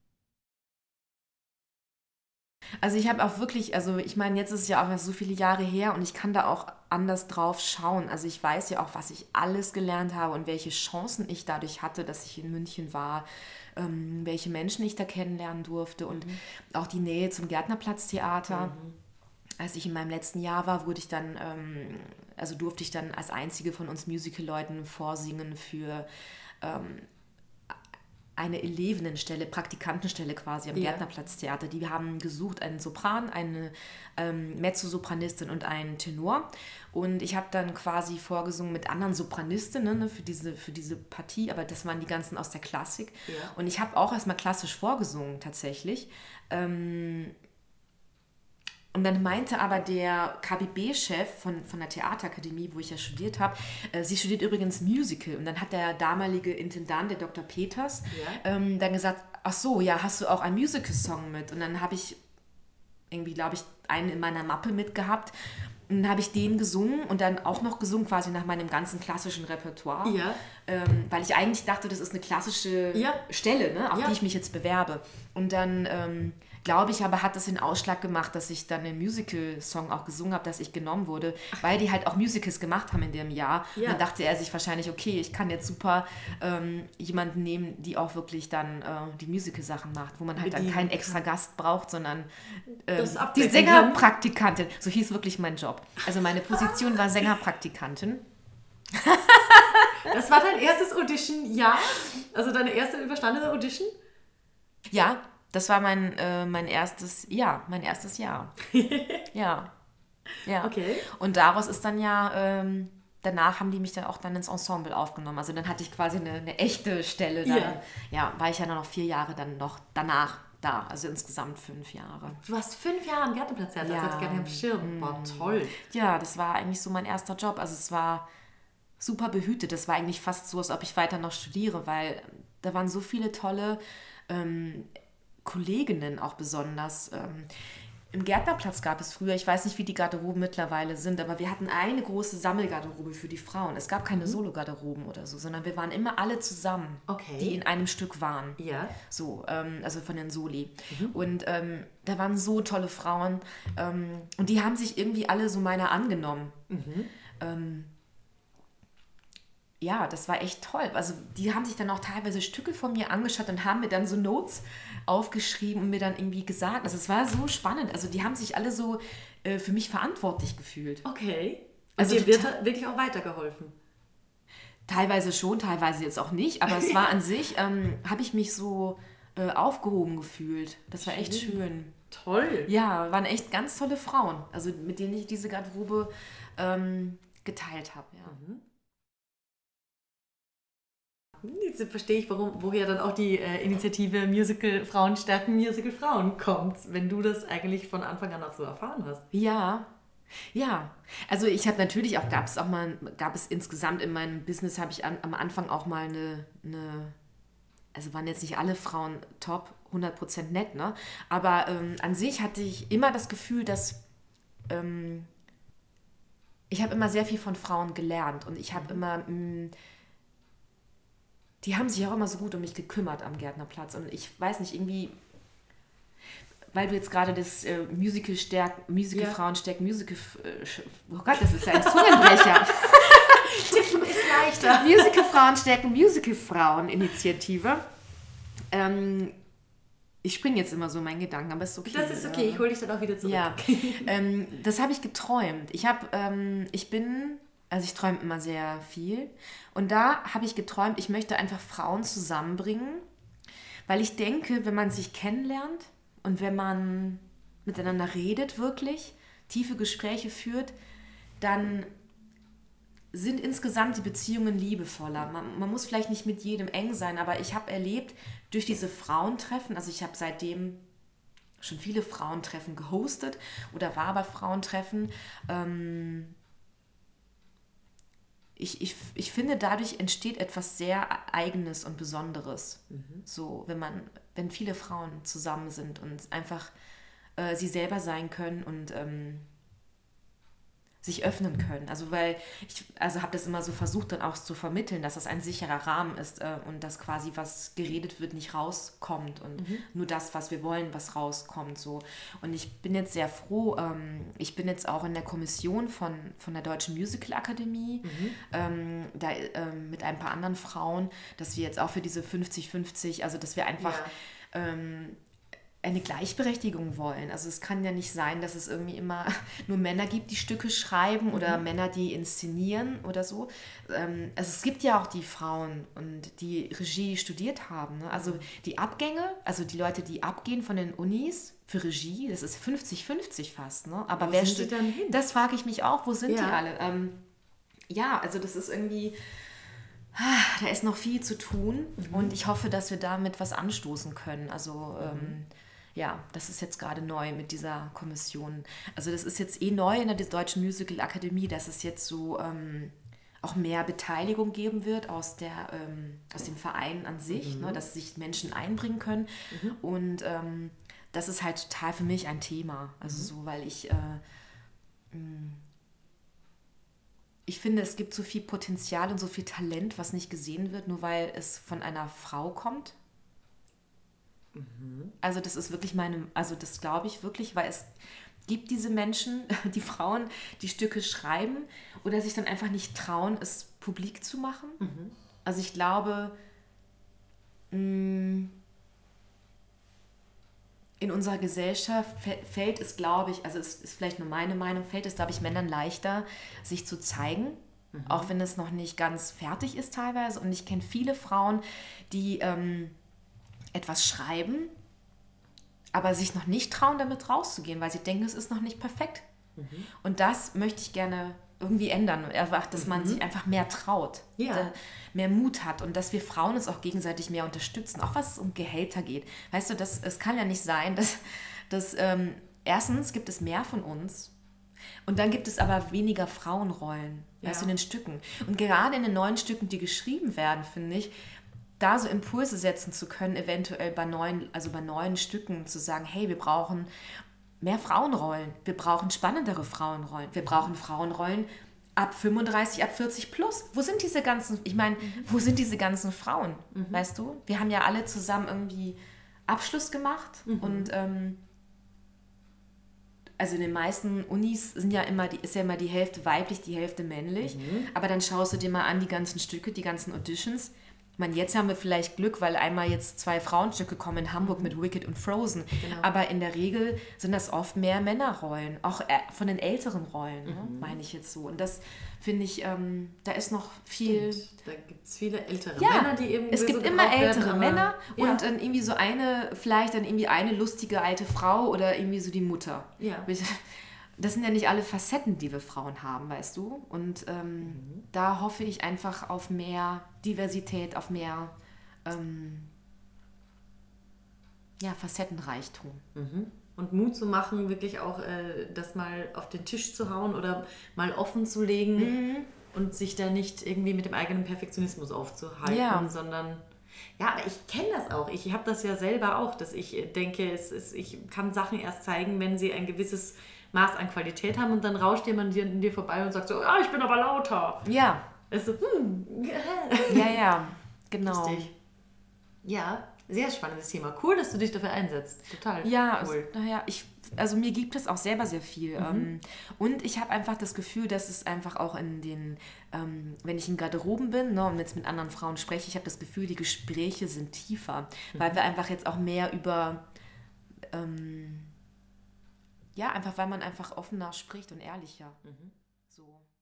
Also ich habe auch wirklich, also ich meine, jetzt ist es ja auch so viele Jahre her und ich kann da auch anders drauf schauen. Also ich weiß ja auch, was ich alles gelernt habe und welche Chancen ich dadurch hatte, dass ich in München war, welche Menschen ich da kennenlernen durfte und auch die Nähe zum Gärtnerplatztheater. Als ich in meinem letzten Jahr war, durfte ich dann als einzige von uns Musical-Leuten vorsingen für eine Elevenenstelle, Praktikantenstelle quasi am Gärtnerplatztheater. Die haben gesucht einen Sopran, eine Mezzosopranistin und einen Tenor. Und ich habe dann quasi vorgesungen mit anderen Sopranistinnen, ne, für diese Partie, aber das waren die ganzen aus der Klassik. Ja. Und ich habe auch erstmal klassisch vorgesungen tatsächlich. Und dann meinte aber der KBB-Chef von der Theaterakademie, wo ich ja studiert habe, sie studiert übrigens Musical. Und dann hat der damalige Intendant, der Dr. Peters, dann gesagt, ach so, ja, hast du auch einen Musical-Song mit? Und dann habe ich irgendwie, glaube ich, einen in meiner Mappe mitgehabt. Und dann habe ich den gesungen und dann auch noch gesungen, quasi nach meinem ganzen klassischen Repertoire. Ja. Weil ich eigentlich dachte, das ist eine klassische Stelle, ne, auf die ich mich jetzt bewerbe. Und dann, glaube ich, aber hat das den Ausschlag gemacht, dass ich dann den Musical-Song auch gesungen habe, dass ich genommen wurde, weil die halt auch Musicals gemacht haben in dem Jahr. Ja. Und dann dachte er sich wahrscheinlich, okay, ich kann jetzt super jemanden nehmen, die auch wirklich dann die Musical-Sachen macht, wo man halt dann keinen extra Gast braucht, sondern die Sängerpraktikantin. So hieß wirklich mein Job. Also meine Position war Sängerpraktikantin. Das war dein erstes Audition-Jahr? Also deine erste überstandene Audition? Ja, das war mein erstes Jahr. Ja. Okay. Und daraus ist dann ja, danach haben die mich dann auch dann ins Ensemble aufgenommen. Also dann hatte ich quasi eine echte Stelle. Dann, war ich ja dann noch 4 Jahre dann noch danach da. Also insgesamt 5 Jahre. Du warst 5 Jahre am Gärtnerplatz, das hatte ich gerne am Schirm. War toll. Ja, das war eigentlich so mein erster Job. Also es war super behütet. Das war eigentlich fast so, als ob ich weiter noch studiere, weil da waren so viele tolle Kolleginnen auch besonders. Im Gärtnerplatz gab es früher, ich weiß nicht, wie die Garderoben mittlerweile sind, aber wir hatten eine große Sammelgarderobe für die Frauen. Es gab keine Solo-Garderoben oder so, sondern wir waren immer alle zusammen, die in einem Stück waren. Ja. So, also von den Soli. Und da waren so tolle Frauen und die haben sich irgendwie alle so meiner angenommen. Ja, das war echt toll. Also die haben sich dann auch teilweise Stücke von mir angeschaut und haben mir dann so Notes aufgeschrieben und mir dann irgendwie gesagt. Also es war so spannend. Also die haben sich alle so für mich verantwortlich gefühlt. Okay. Also dir wird wirklich auch weitergeholfen? Teilweise schon, teilweise jetzt auch nicht. Aber es war an sich, habe ich mich so aufgehoben gefühlt. Das war echt schön. Toll. Ja, waren echt ganz tolle Frauen. Also mit denen ich diese Garderobe geteilt habe. Ja. Jetzt verstehe ich, woher dann auch die Initiative Musical Frauen stärken Musical Frauen kommt, wenn du das eigentlich von Anfang an auch so erfahren hast. Ja. Also ich habe natürlich auch, gab es insgesamt in meinem Business, habe ich am Anfang auch mal also waren jetzt nicht alle Frauen top, 100% nett, ne? Aber an sich hatte ich immer das Gefühl, dass ich habe immer sehr viel von Frauen gelernt und ich habe immer... die haben sich auch immer so gut um mich gekümmert am Gärtnerplatz. Und ich weiß nicht, irgendwie, weil du jetzt gerade das Frauen stärken, oh Gott, das ist ja ein Zungenbrecher. Tippen ist leichter. Musical Frauen stärken, Musical Frauen Initiative. Ich springe jetzt immer so in meinen Gedanken, aber ist okay. Das ist okay, ich hole dich dann auch wieder zurück. Ja, das habe ich geträumt. Also ich träume immer sehr viel. Und da habe ich geträumt, ich möchte einfach Frauen zusammenbringen, weil ich denke, wenn man sich kennenlernt und wenn man miteinander redet wirklich, tiefe Gespräche führt, dann sind insgesamt die Beziehungen liebevoller. Man muss vielleicht nicht mit jedem eng sein, aber ich habe erlebt, durch diese Frauentreffen, also ich habe seitdem schon viele Frauentreffen gehostet oder war bei Frauentreffen, ich finde, dadurch entsteht etwas sehr Eigenes und Besonderes. So, wenn viele Frauen zusammen sind und einfach sie selber sein können und sich öffnen können. Also weil ich habe das immer so versucht dann auch zu vermitteln, dass das ein sicherer Rahmen ist und dass quasi was geredet wird, nicht rauskommt und nur das, was wir wollen, was rauskommt. So. Und ich bin jetzt sehr froh, ich bin jetzt auch in der Kommission von der Deutschen Musical Akademie, mit ein paar anderen Frauen, dass wir jetzt auch für diese 50-50, also dass wir einfach eine Gleichberechtigung wollen. Also es kann ja nicht sein, dass es irgendwie immer nur Männer gibt, die Stücke schreiben oder Männer, die inszenieren oder so. Also es gibt ja auch die Frauen und die Regie studiert haben. Ne? Also die Abgänge, also die Leute, die abgehen von den Unis für Regie, das ist 50-50 fast. Ne? Aber wer sind die dann hin? Das frage ich mich auch. Wo sind die alle? Also das ist irgendwie... Da ist noch viel zu tun und ich hoffe, dass wir damit was anstoßen können. Also ja, das ist jetzt gerade neu mit dieser Kommission. Also das ist jetzt neu in der Deutschen Musical Akademie, dass es jetzt so auch mehr Beteiligung geben wird aus dem Verein an sich, ne, dass sich Menschen einbringen können. Und das ist halt total für mich ein Thema. Also so, weil ich finde, es gibt so viel Potenzial und so viel Talent, was nicht gesehen wird, nur weil es von einer Frau kommt. Also das ist wirklich also das glaube ich wirklich, weil es gibt diese Menschen, die Frauen, die Stücke schreiben oder sich dann einfach nicht trauen, es publik zu machen. Also ich glaube, in unserer Gesellschaft fällt es, glaube ich, also es ist vielleicht nur meine Meinung, fällt es, glaube ich, Männern leichter, sich zu zeigen, auch wenn es noch nicht ganz fertig ist teilweise. Und ich kenne viele Frauen, die etwas schreiben, aber sich noch nicht trauen, damit rauszugehen, weil sie denken, es ist noch nicht perfekt. Und das möchte ich gerne irgendwie ändern, einfach, dass man sich einfach mehr traut, mehr Mut hat und dass wir Frauen uns auch gegenseitig mehr unterstützen, auch was es um Gehälter geht. Weißt du, es kann ja nicht sein, dass erstens gibt es mehr von uns und dann gibt es aber weniger Frauenrollen, weißt du, in den Stücken. Und gerade in den neuen Stücken, die geschrieben werden, finde ich, da so Impulse setzen zu können, eventuell bei neuen Stücken zu sagen, hey, wir brauchen mehr Frauenrollen, wir brauchen spannendere Frauenrollen, wir brauchen Frauenrollen ab 35, ab 40 plus. Wo sind diese ganzen, wo sind diese ganzen Frauen, weißt du? Wir haben ja alle zusammen irgendwie Abschluss gemacht und also in den meisten Unis ist ja immer die Hälfte weiblich, die Hälfte männlich, aber dann schaust du dir mal an die ganzen Stücke, die ganzen Auditions. Ich meine, jetzt haben wir vielleicht Glück, weil einmal jetzt 2 Frauenstücke kommen in Hamburg mit Wicked und Frozen. Genau. Aber in der Regel sind das oft mehr Männerrollen, auch von den älteren Rollen, ne, meine ich jetzt so. Und das finde ich, da ist noch viel... Stimmt. Da gibt es viele ältere Männer, die eben es gibt immer ältere Männer und dann irgendwie so vielleicht dann irgendwie eine lustige alte Frau oder irgendwie so die Mutter. Ja. Das sind ja nicht alle Facetten, die wir Frauen haben, weißt du? Und da hoffe ich einfach auf mehr Diversität, auf mehr Facettenreichtum. Und Mut zu machen, wirklich auch das mal auf den Tisch zu hauen oder mal offen zu legen und sich da nicht irgendwie mit dem eigenen Perfektionismus aufzuhalten, sondern... Ja, aber ich kenne das auch. Ich habe das ja selber auch, dass ich denke, ich kann Sachen erst zeigen, wenn sie ein gewisses Maß an Qualität haben und dann rauscht jemand an dir vorbei und sagt so, ich bin aber lauter. Ja. Es so, Ja, genau. Richtig. Ja, sehr spannendes Thema. Cool, dass du dich dafür einsetzt. Total cool. Also mir gibt es auch selber sehr viel. Und ich habe einfach das Gefühl, dass es einfach auch in den, wenn ich in Garderoben bin, ne, und jetzt mit anderen Frauen spreche, ich habe das Gefühl, die Gespräche sind tiefer, weil wir einfach jetzt auch mehr über... einfach weil man einfach offener spricht und ehrlicher. So.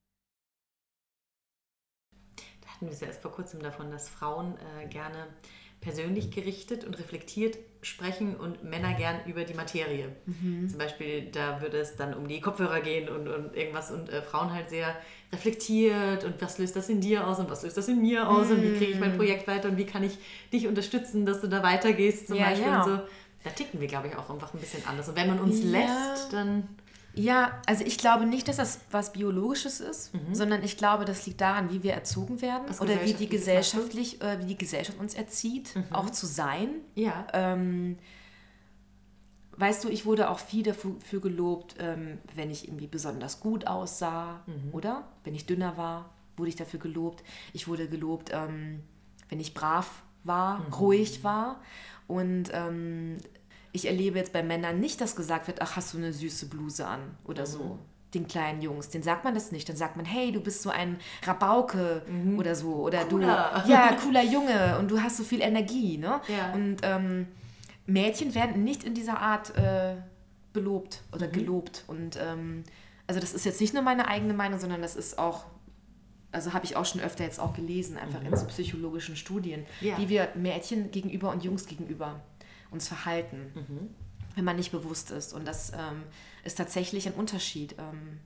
Da hatten wir es ja erst vor kurzem davon, dass Frauen gerne persönlich gerichtet und reflektiert sprechen und Männer gern über die Materie. Zum Beispiel, da würde es dann um die Kopfhörer gehen und irgendwas und Frauen halt sehr reflektiert und was löst das in dir aus und was löst das in mir aus und wie kriege ich mein Projekt weiter und wie kann ich dich unterstützen, dass du da weitergehst zum Beispiel und so. Da ticken wir, glaube ich, auch einfach ein bisschen anders. Und wenn man uns lässt, dann... Ja, also ich glaube nicht, dass das was Biologisches ist, sondern ich glaube, das liegt daran, wie wir erzogen werden oder wie die Gesellschaft uns erzieht, auch zu sein. Ja. Weißt du, ich wurde auch viel dafür gelobt, wenn ich irgendwie besonders gut aussah, oder? Wenn ich dünner war, wurde ich dafür gelobt. Ich wurde gelobt, wenn ich brav war, ruhig war. Und ich erlebe jetzt bei Männern nicht, dass gesagt wird, ach, hast du eine süße Bluse an oder so. Den kleinen Jungs, denen sagt man das nicht. Dann sagt man, hey, du bist so ein Rabauke oder so. Oder cooler. Cooler Junge und du hast so viel Energie. Ne? Ja. Und Mädchen werden nicht in dieser Art belobt oder gelobt. Und also das ist jetzt nicht nur meine eigene Meinung, sondern das ist auch, also habe ich auch schon öfter jetzt auch gelesen, einfach in so psychologischen Studien, wie wir Mädchen gegenüber und Jungs gegenüber uns verhalten, wenn man nicht bewusst ist. Und das ist tatsächlich ein Unterschied.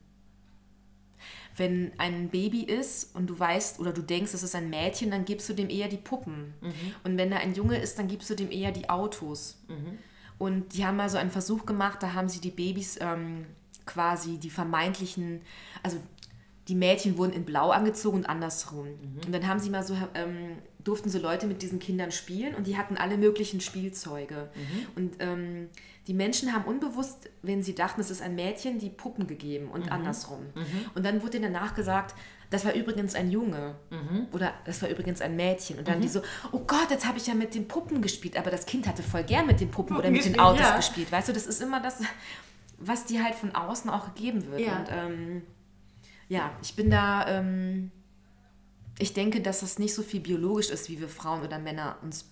Wenn ein Baby ist und du weißt oder du denkst, es ist ein Mädchen, dann gibst du dem eher die Puppen. Und wenn er ein Junge ist, dann gibst du dem eher die Autos. Und die haben mal so einen Versuch gemacht, da haben sie die Babys quasi die vermeintlichen, also die Mädchen wurden in Blau angezogen und andersrum. Und dann haben sie mal so, durften so Leute mit diesen Kindern spielen und die hatten alle möglichen Spielzeuge. Und die Menschen haben unbewusst, wenn sie dachten, es ist ein Mädchen, die Puppen gegeben und andersrum. Und dann wurde ihnen danach gesagt, das war übrigens ein Junge oder das war übrigens ein Mädchen. Und dann die so, oh Gott, jetzt habe ich ja mit den Puppen gespielt, aber das Kind hatte voll gern mit den Puppen oder mit den Autos gespielt. Weißt du, das ist immer das, was dir halt von außen auch gegeben wird. Ja. Und ich bin da, ich denke, dass das nicht so viel biologisch ist, wie wir Frauen oder Männer uns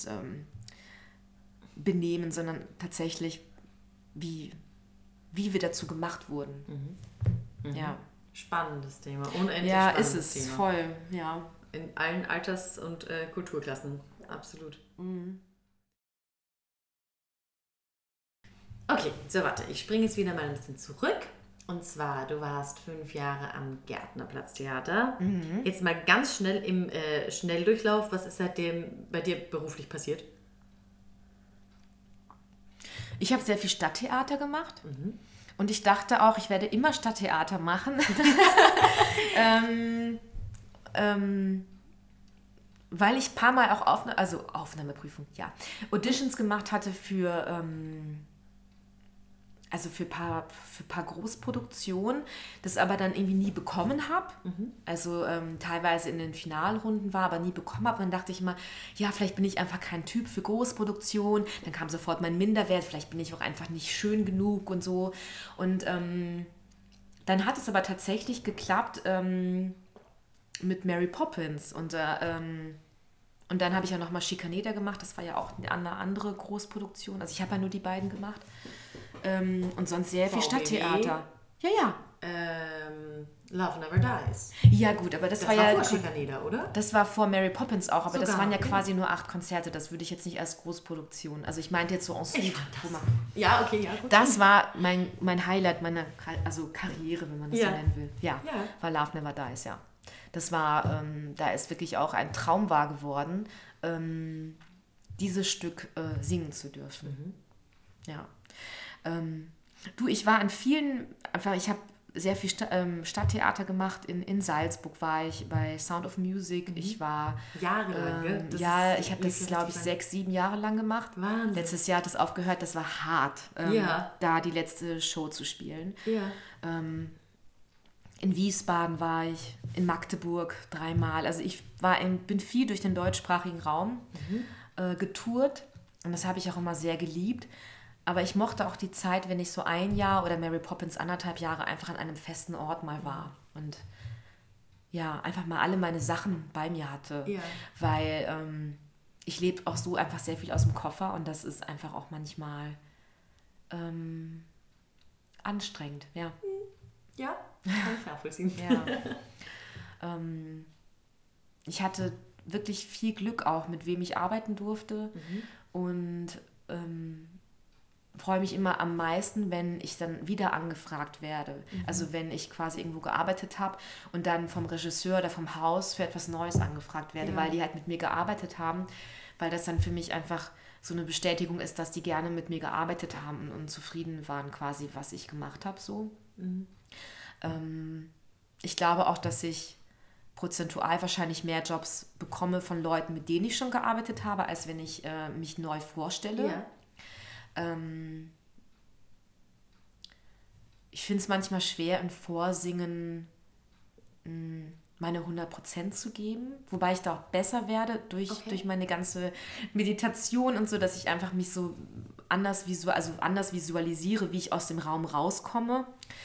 benehmen, sondern tatsächlich, wie wir dazu gemacht wurden. Ja. Spannendes Thema, unendlich ja, spannendes ist es, Thema. voll, ja. In allen Alters- und Kulturklassen, absolut. Okay, so warte, ich springe jetzt wieder mal ein bisschen zurück. Und zwar, du warst 5 Jahre am Gärtnerplatztheater. Jetzt mal ganz schnell im Schnelldurchlauf, was ist seitdem bei dir beruflich passiert? Ich habe sehr viel Stadttheater gemacht und ich dachte auch, ich werde immer Stadttheater machen, weil ich ein paar Mal auch Aufnahmeprüfung, Auditions gemacht hatte für ein paar Großproduktionen, das aber dann irgendwie nie bekommen habe. Also teilweise in den Finalrunden war, aber nie bekommen habe. Dann dachte ich immer, ja, vielleicht bin ich einfach kein Typ für Großproduktion. Dann kam sofort mein Minderwert, vielleicht bin ich auch einfach nicht schön genug und so. Und dann hat es aber tatsächlich geklappt mit Mary Poppins. Und dann habe ich ja nochmal Schikaneder gemacht. Das war ja auch eine andere Großproduktion. Also ich habe ja nur die beiden gemacht. Und sonst sehr viel Stadttheater. Ja. Love Never Dies. Ja gut, aber das war ja... vor Schikaneder, oder? Das war vor Mary Poppins auch, aber Sogar, das waren ja okay. quasi nur 8 Konzerte. Das würde ich jetzt nicht als Großproduktion... Also ich meinte jetzt so en suite. Ja, okay, ja, gut. Das war mein Highlight meiner Karriere, wenn man das so nennen will. Ja, Ja. war Love Never Dies, ja. Das war, da ist wirklich auch ein Traum wahr geworden, dieses Stück singen zu dürfen. Ja. Ich war an vielen, ich habe sehr viel Stadttheater gemacht. In Salzburg war ich, bei Sound of Music. Ich war... Jahrelang, gell? Ich habe das, glaube ich, 6, 7 Jahre lang gemacht. Wahnsinn. Letztes Jahr hat das aufgehört. Das war hart, da die letzte Show zu spielen. Ja. In Wiesbaden war ich, in Magdeburg 3-mal. Also ich bin viel durch den deutschsprachigen Raum getourt. Und das habe ich auch immer sehr geliebt. Aber ich mochte auch die Zeit, wenn ich so 1 Jahr oder Mary Poppins 1,5 Jahre einfach an einem festen Ort mal war. Und ja, einfach mal alle meine Sachen bei mir hatte. Ja. Weil ich lebe auch so einfach sehr viel aus dem Koffer und das ist einfach auch manchmal anstrengend. Ja. Ja, kann ich nachvollziehen. Ja. Ich hatte wirklich viel Glück auch, mit wem ich arbeiten durfte und freue mich immer am meisten, wenn ich dann wieder angefragt werde. Also wenn ich quasi irgendwo gearbeitet habe und dann vom Regisseur oder vom Haus für etwas Neues angefragt werde, weil die halt mit mir gearbeitet haben, weil das dann für mich einfach so eine Bestätigung ist, dass die gerne mit mir gearbeitet haben und zufrieden waren quasi, was ich gemacht habe. So. Ich glaube auch, dass ich prozentual wahrscheinlich mehr Jobs bekomme von Leuten, mit denen ich schon gearbeitet habe, als wenn ich mich neu vorstelle. Ja. Ich finde es manchmal schwer, im Vorsingen meine 100% zu geben, wobei ich da auch besser werde durch meine ganze Meditation und so, dass ich einfach mich so anders visualisiere, wie ich aus dem Raum rauskomme.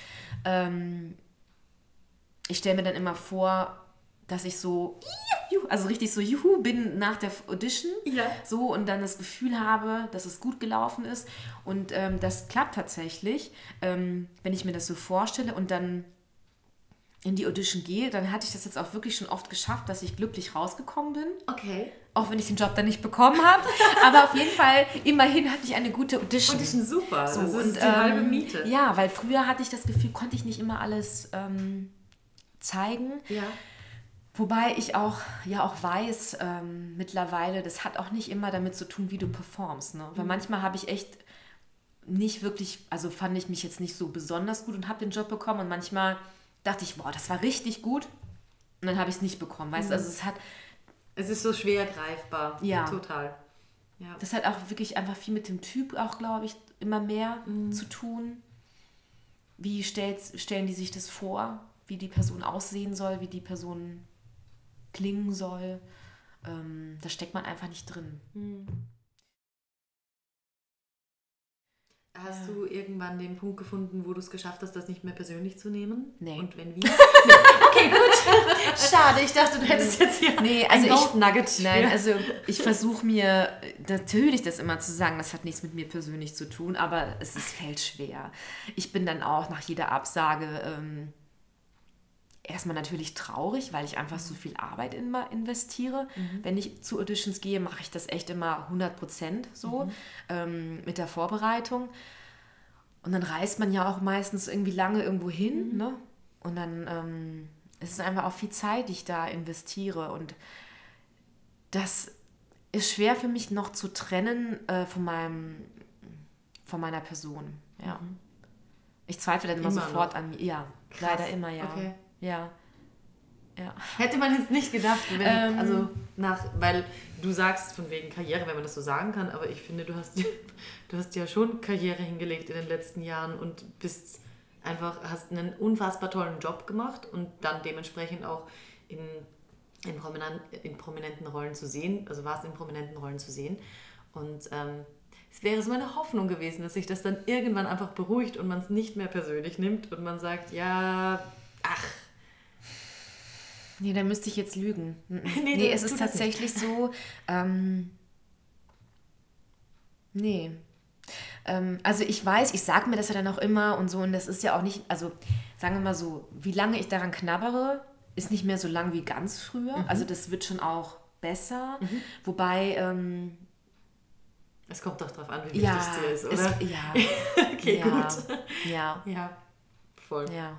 Ich stelle mir dann immer vor, dass ich so, also richtig so Juhu bin nach der Audition, so, und dann das Gefühl habe, dass es gut gelaufen ist. Und das klappt tatsächlich, wenn ich mir das so vorstelle und dann in die Audition gehe, dann hatte ich das jetzt auch wirklich schon oft geschafft, dass ich glücklich rausgekommen bin. Okay. Auch wenn ich den Job dann nicht bekommen habe. Aber auf jeden Fall, immerhin hatte ich eine gute Audition. Audition super, So, das ist und, die halbe Miete. Ja, weil früher hatte ich das Gefühl, konnte ich nicht immer alles zeigen. Ja. Wobei ich auch weiß, mittlerweile, das hat auch nicht immer damit zu tun, wie du performst. Ne? Weil manchmal habe ich echt nicht wirklich, also fand ich mich jetzt nicht so besonders gut und habe den Job bekommen. Und manchmal dachte ich, boah, das war richtig gut. Und dann habe ich es nicht bekommen. Weißt du, also es ist so schwer greifbar. Ja. Total. Ja. Das hat auch wirklich einfach viel mit dem Typ auch, glaube ich, immer mehr zu tun. Wie stellen die sich das vor, wie die Person aussehen soll, wie die Person klingen soll. Da steckt man einfach nicht drin. Hast du irgendwann den Punkt gefunden, wo du es geschafft hast, das nicht mehr persönlich zu nehmen? Nee. Und wenn wie? Nee. Okay, gut. Schade, ich dachte, du hättest jetzt hier ein Gold-Nugget. Nein, also ich versuche mir natürlich das immer zu sagen, das hat nichts mit mir persönlich zu tun, aber fällt schwer. Ich bin dann auch nach jeder Absage erstmal natürlich traurig, weil ich einfach so viel Arbeit immer investiere. Wenn ich zu Auditions gehe, mache ich das echt immer 100% so mit der Vorbereitung. Und dann reist man ja auch meistens irgendwie lange irgendwo hin. Ne? Und dann ist es einfach auch viel Zeit, die ich da investiere. Und das ist schwer für mich noch zu trennen von meiner Person. Ja. Ich zweifle dann immer sofort an mir. Ja, krass. Leider immer, ja. Okay. Ja. Hätte man jetzt nicht gedacht, weil du sagst von wegen Karriere, wenn man das so sagen kann, aber ich finde, du hast ja schon Karriere hingelegt in den letzten Jahren und hast einen unfassbar tollen Job gemacht und dann dementsprechend auch in prominenten Rollen zu sehen, also warst in prominenten Rollen zu sehen und es wäre so meine Hoffnung gewesen, dass sich das dann irgendwann einfach beruhigt und man es nicht mehr persönlich nimmt und man sagt, Nee, da müsste ich jetzt lügen. Nee, es ist tatsächlich so, also ich weiß, ich sage mir das ja dann auch immer und so und das ist ja auch nicht, also sagen wir mal so, wie lange ich daran knabbere, ist nicht mehr so lang wie ganz früher, also das wird schon auch besser, wobei... es kommt doch drauf an, wie wichtig es dir ist, oder? Okay, gut. Ja, voll. Ja.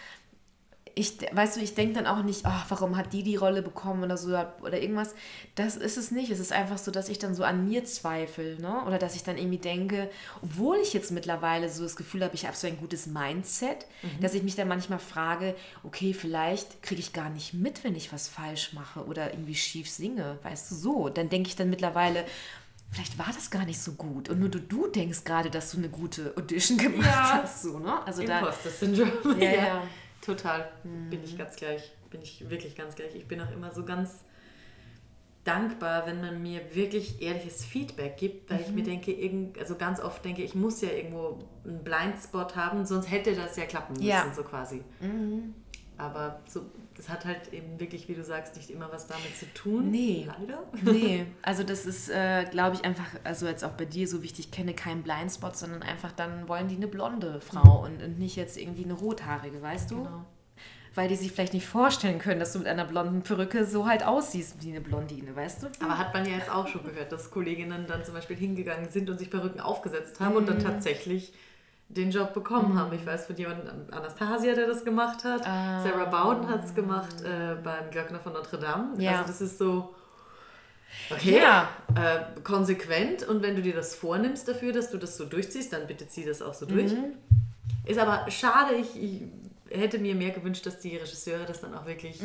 Ich denke dann auch nicht, warum hat die Rolle bekommen oder so oder irgendwas. Das ist es nicht. Es ist einfach so, dass ich dann so an mir zweifle, ne? Oder dass ich dann irgendwie denke, obwohl ich jetzt mittlerweile so das Gefühl habe, ich habe so ein gutes Mindset, dass ich mich dann manchmal frage, okay, vielleicht kriege ich gar nicht mit, wenn ich was falsch mache oder irgendwie schief singe, weißt du, so. Dann denke ich dann mittlerweile, vielleicht war das gar nicht so gut und nur du denkst gerade, dass du eine gute Audition gemacht hast, so, ne? Also Imposter-Syndrom. Ja. Total, bin ich wirklich ganz gleich. Ich bin auch immer so ganz dankbar, wenn man mir wirklich ehrliches Feedback gibt, weil ich mir denke, also ganz oft denke ich, muss ja irgendwo einen Blindspot haben, sonst hätte das ja klappen müssen, so quasi. Aber so, das hat halt eben wirklich, wie du sagst, nicht immer was damit zu tun. Nee. Leider. Nee, also das ist, glaube ich, einfach, also jetzt auch bei dir so wichtig, ich kenne keinen Blindspot, sondern einfach dann wollen die eine blonde Frau und nicht jetzt irgendwie eine rothaarige, weißt du? Genau. Weil die sich vielleicht nicht vorstellen können, dass du mit einer blonden Perücke so halt aussiehst wie eine Blondine, weißt du? Aber hat man ja jetzt auch schon gehört, dass Kolleginnen dann zum Beispiel hingegangen sind und sich Perücken aufgesetzt haben und dann tatsächlich den Job bekommen haben. Ich weiß von jemandem, Anastasia, der das gemacht hat. Sarah Bowden hat es gemacht beim Glöckner von Notre Dame. Ja. Also das ist so, okay, konsequent. Und wenn du dir das vornimmst dafür, dass du das so durchziehst, dann bitte zieh das auch so durch. Ist aber schade, ich hätte mir mehr gewünscht, dass die Regisseure das dann auch wirklich,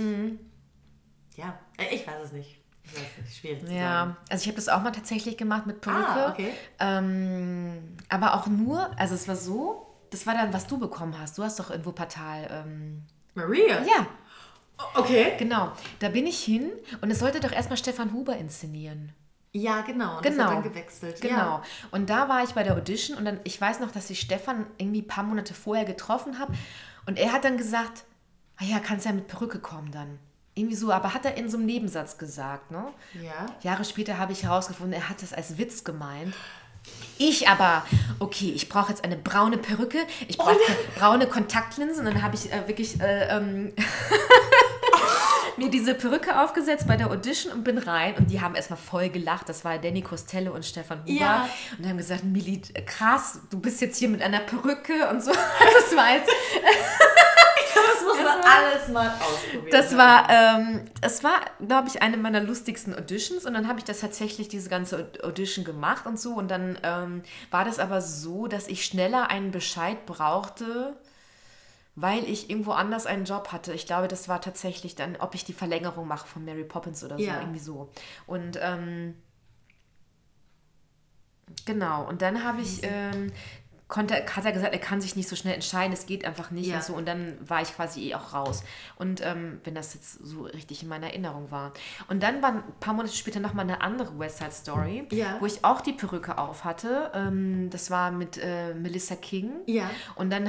ich weiß es nicht. Schwierig zu sagen. Also ich habe das auch mal tatsächlich gemacht mit Perücke. Okay. Aber auch nur, also es war so, das war dann, was du bekommen hast. Du hast doch in Wuppertal... Maria? Ja. Okay. Genau. Da bin ich hin und es sollte doch erstmal Stefan Huber inszenieren. Ja, genau. Und das hat dann gewechselt. Genau. Ja. Und da war ich bei der Audition und dann, ich weiß noch, dass ich Stefan irgendwie ein paar Monate vorher getroffen habe und er hat dann gesagt, kannst ja mit Perücke kommen dann. Irgendwie so, aber hat er in so einem Nebensatz gesagt, ne? Ja. Jahre später habe ich herausgefunden, er hat das als Witz gemeint. Ich aber, okay, ich brauche jetzt eine braune Perücke, ich brauche braune Kontaktlinsen und dann habe ich wirklich mir diese Perücke aufgesetzt bei der Audition und bin rein und die haben erstmal voll gelacht. Das war Danny Costello und Stefan Huber. Ja. Und die haben gesagt, Milli, krass, du bist jetzt hier mit einer Perücke und so. Das war jetzt... Das muss man alles mal ausprobieren. Es war, glaube ich, eine meiner lustigsten Auditions und dann habe ich das tatsächlich, diese ganze Audition gemacht und so und dann war das aber so, dass ich schneller einen Bescheid brauchte, weil ich irgendwo anders einen Job hatte. Ich glaube, das war tatsächlich dann, ob ich die Verlängerung mache von Mary Poppins oder so, irgendwie so. Und genau, und dann habe ich... hat er gesagt, er kann sich nicht so schnell entscheiden, es geht einfach nicht und so. Und dann war ich quasi auch raus. Und wenn das jetzt so richtig in meiner Erinnerung war. Und dann war ein paar Monate später nochmal eine andere West Side Story, wo ich auch die Perücke auf hatte. Das war mit Melissa King. Ja. Und dann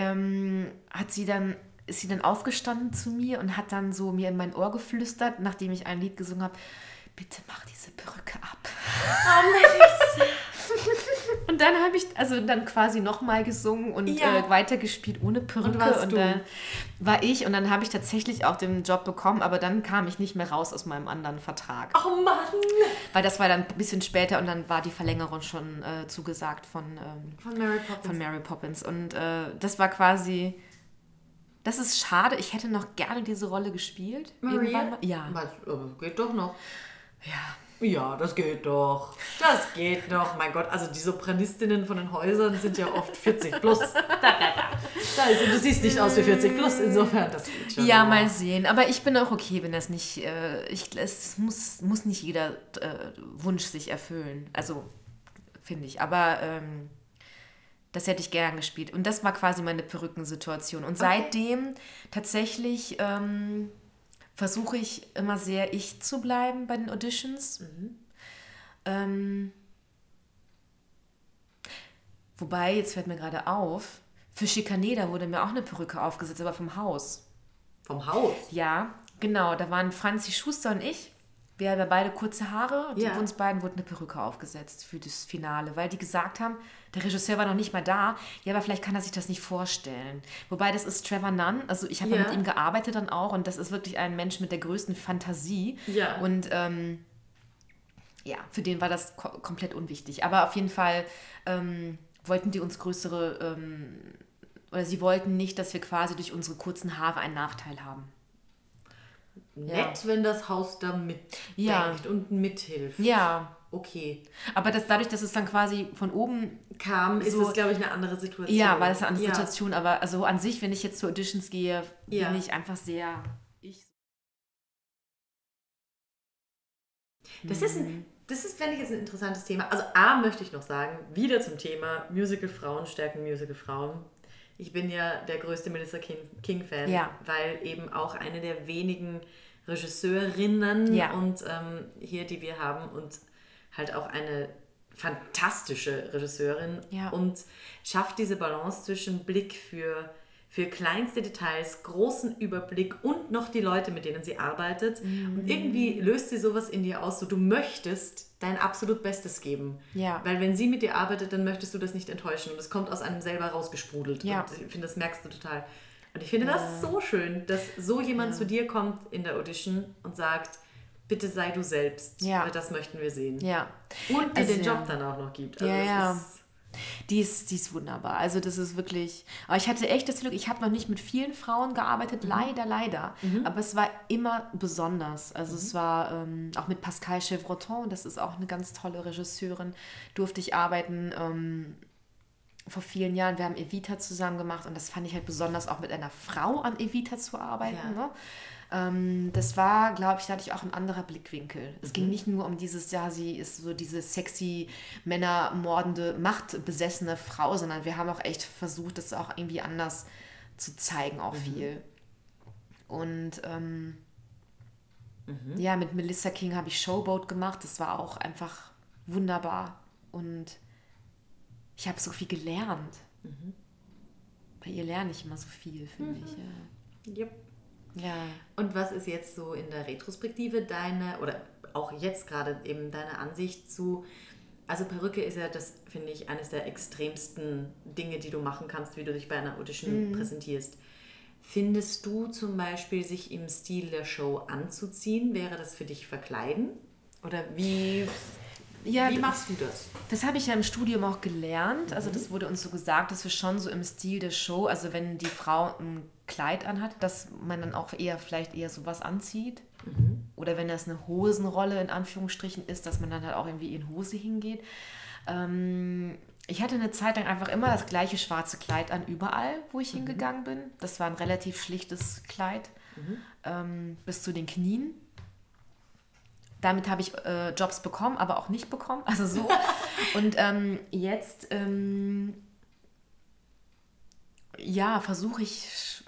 ist sie dann aufgestanden zu mir und hat dann so mir in mein Ohr geflüstert, nachdem ich ein Lied gesungen habe, bitte mach diese Perücke ab. Oh, Melissa. Und dann habe ich dann quasi nochmal gesungen und weitergespielt ohne Perücke. Und dann war ich und dann habe ich tatsächlich auch den Job bekommen, aber dann kam ich nicht mehr raus aus meinem anderen Vertrag. Oh Mann! Weil das war dann ein bisschen später und dann war die Verlängerung schon zugesagt von Mary Poppins. Und das war quasi... Das ist schade, ich hätte noch gerne diese Rolle gespielt. Maria? Ja. Aber geht doch noch. Ja. Ja, das geht doch. Das geht doch. Mein Gott, also die Sopranistinnen von den Häusern sind ja oft 40 plus. Also, du siehst nicht aus wie 40 plus, insofern, das geht schon. Ja, mal sehen. Aber ich bin auch okay, wenn das nicht... es muss nicht jeder Wunsch sich erfüllen. Also, finde ich. Aber das hätte ich gern gespielt. Und das war quasi meine Perückensituation. Und seitdem tatsächlich... versuche ich immer sehr ich zu bleiben bei den Auditions. Wobei, jetzt fällt mir gerade auf, für Chicaneda wurde mir auch eine Perücke aufgesetzt, aber vom Haus. Vom Haus? Ja, genau. Da waren Franzi Schuster und ich. Wir haben ja beide kurze Haare und uns beiden wurde eine Perücke aufgesetzt für das Finale, weil die gesagt haben, der Regisseur war noch nicht mal da, ja, aber vielleicht kann er sich das nicht vorstellen. Wobei, das ist Trevor Nunn, also ich habe mit ihm gearbeitet dann auch und das ist wirklich ein Mensch mit der größten Fantasie und für den war das komplett unwichtig. Aber auf jeden Fall wollten die uns größere, oder sie wollten nicht, dass wir quasi durch unsere kurzen Haare einen Nachteil haben. Nett, wenn das Haus da mitdenkt und mithilft. Ja. Okay. Aber dadurch, dass es dann quasi von oben kam, ist es, glaube ich, eine andere Situation. Ja, war das eine andere Situation. Aber also an sich, wenn ich jetzt zu Auditions gehe, bin ich einfach sehr... Das ist, fände ich, jetzt ein interessantes Thema. Also A, möchte ich noch sagen, wieder zum Thema Musical-Frauen stärken Musical-Frauen. Ich bin ja der größte Melissa King-Fan, weil eben auch eine der wenigen Regisseurinnen und hier, die wir haben und halt auch eine fantastische Regisseurin und schafft diese Balance zwischen Blick für kleinste Details, großen Überblick und noch die Leute, mit denen sie arbeitet. Und irgendwie löst sie sowas in dir aus, so du möchtest dein absolut Bestes geben. Ja. Weil wenn sie mit dir arbeitet, dann möchtest du das nicht enttäuschen. Und es kommt aus einem selber rausgesprudelt. Ja. Und ich finde, das merkst du total. Und ich finde das so schön, dass so jemand zu dir kommt in der Audition und sagt, bitte sei du selbst, weil das möchten wir sehen. Ja. Und dir den Job dann auch noch gibt. Also Die ist wunderbar. Also das ist wirklich... Aber ich hatte echt das Glück, ich habe noch nicht mit vielen Frauen gearbeitet, leider. Aber es war immer besonders. Also es war auch mit Pascal Chevroton, das ist auch eine ganz tolle Regisseurin, durfte ich arbeiten vor vielen Jahren. Wir haben Evita zusammen gemacht und das fand ich halt besonders, auch mit einer Frau an Evita zu arbeiten. Ja. Ne? Das war, glaube ich, da hatte ich auch ein anderer Blickwinkel. Es ging nicht nur um dieses, sie ist so diese sexy, männermordende, machtbesessene Frau, sondern wir haben auch echt versucht, das auch irgendwie anders zu zeigen, auch viel. Und mit Melissa King habe ich Showboat gemacht. Das war auch einfach wunderbar. Und ich habe so viel gelernt. Bei ihr lerne ich immer so viel, finde ich. Ja. Yep. Ja. Und was ist jetzt so in der Retrospektive oder auch jetzt gerade eben deine Ansicht zu, also Perücke ist ja das, finde ich, eines der extremsten Dinge, die du machen kannst, wie du dich bei einer Audition präsentierst. Findest du zum Beispiel, sich im Stil der Show anzuziehen, wäre das für dich verkleiden? Oder wie machst du das? Das habe ich ja im Studium auch gelernt. Also das wurde uns so gesagt, dass wir schon so im Stil der Show, also wenn die Frau ein Kleid anhat, dass man dann auch vielleicht eher sowas anzieht. Oder wenn das eine Hosenrolle in Anführungsstrichen ist, dass man dann halt auch irgendwie in Hose hingeht. Ich hatte eine Zeit lang einfach immer das gleiche schwarze Kleid an, überall, wo ich hingegangen bin. Das war ein relativ schlichtes Kleid, bis zu den Knien. Damit habe ich Jobs bekommen, aber auch nicht bekommen, also so. Und jetzt, versuche ich,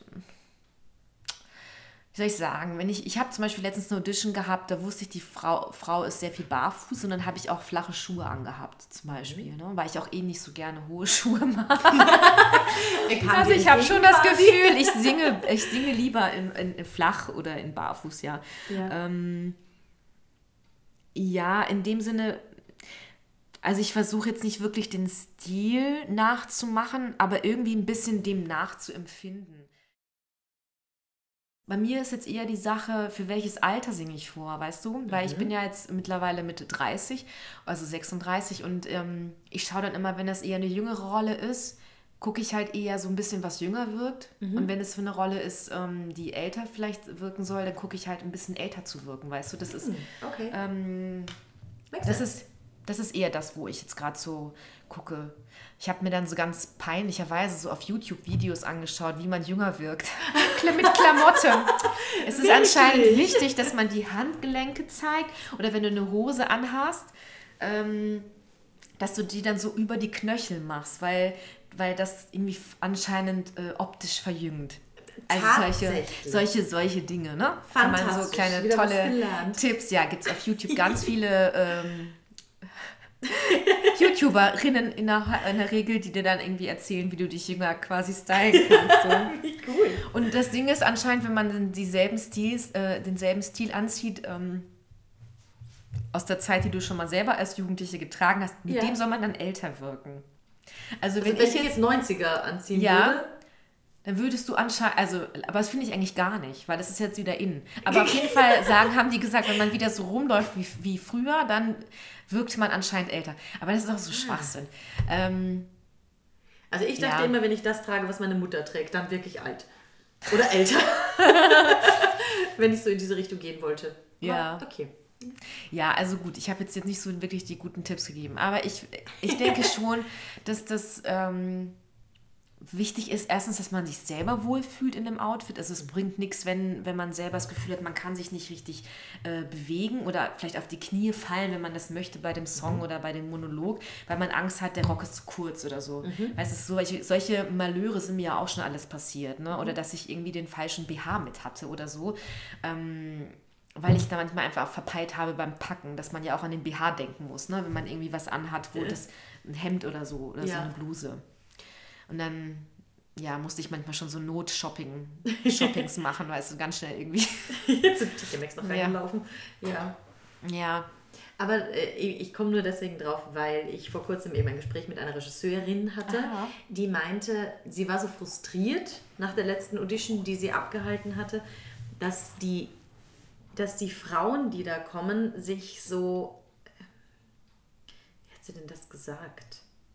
wie soll ich sagen, ich habe zum Beispiel letztens eine Audition gehabt, da wusste ich, die Frau ist sehr viel barfuß und dann habe ich auch flache Schuhe angehabt zum Beispiel, ne? Weil ich auch nicht so gerne hohe Schuhe mag. Also ich habe schon das Gefühl, ich singe lieber in flach oder in barfuß, ja. Ja, in dem Sinne, also ich versuche jetzt nicht wirklich den Stil nachzumachen, aber irgendwie ein bisschen dem nachzuempfinden. Bei mir ist jetzt eher die Sache, für welches Alter singe ich vor, weißt du? Weil ich bin ja jetzt mittlerweile Mitte 30, also 36 und ich schaue dann immer, wenn das eher eine jüngere Rolle ist, gucke ich halt eher so ein bisschen, was jünger wirkt. Und wenn es für eine Rolle ist, die älter vielleicht wirken soll, dann gucke ich halt ein bisschen älter zu wirken, weißt du? Das ist, okay. Das ist eher das, wo ich jetzt gerade so gucke. Ich habe mir dann so ganz peinlicherweise so auf YouTube Videos angeschaut, wie man jünger wirkt. Mit Klamotte. Es ist anscheinend wichtig, dass man die Handgelenke zeigt oder wenn du eine Hose anhast, dass du die dann so über die Knöchel machst, weil das irgendwie anscheinend optisch verjüngt. Also solche Dinge, ne? Kann man so kleine tolle Tipps, ja, gibt es auf YouTube ganz viele YouTuberinnen in der Regel, die dir dann irgendwie erzählen, wie du dich jünger quasi stylen kannst. So. Wie cool. Und das Ding ist anscheinend, wenn man denselben Stil anzieht, aus der Zeit, die du schon mal selber als Jugendliche getragen hast, mit dem soll man dann älter wirken. Also wenn ich jetzt 90er anziehen würde, dann würdest du anscheinend, aber das finde ich eigentlich gar nicht, weil das ist jetzt wieder in. Aber auf jeden Fall haben die gesagt, wenn man wieder so rumläuft wie früher, dann wirkt man anscheinend älter. Aber das ist auch so Schwachsinn. Also ich dachte immer, wenn ich das trage, was meine Mutter trägt, dann wirklich alt. Oder älter. Wenn ich so in diese Richtung gehen wollte. Ja. Okay. Ja, also gut, ich habe jetzt nicht so wirklich die guten Tipps gegeben, aber ich denke schon, dass das wichtig ist, erstens, dass man sich selber wohlfühlt in dem Outfit. Also es bringt nichts, wenn man selber das Gefühl hat, man kann sich nicht richtig bewegen oder vielleicht auf die Knie fallen, wenn man das möchte bei dem Song oder bei dem Monolog, weil man Angst hat, der Rock ist zu kurz oder so. Weißt du, solche Malheure sind mir ja auch schon alles passiert, ne? Oder dass ich irgendwie den falschen BH mit hatte oder so. Weil ich da manchmal einfach verpeilt habe beim Packen, dass man ja auch an den BH denken muss, ne? Wenn man irgendwie was anhat, wo das ein Hemd oder so so eine Bluse. Und dann musste ich manchmal schon so Shoppings machen, weißt du, ganz schnell irgendwie. Jetzt sind TK noch reingelaufen. Ja. Aber ich komme nur deswegen drauf, weil ich vor kurzem eben ein Gespräch mit einer Regisseurin hatte, die meinte, sie war so frustriert nach der letzten Audition, die sie abgehalten hatte, dass die Frauen, die da kommen, sich so, wie hat sie denn das gesagt?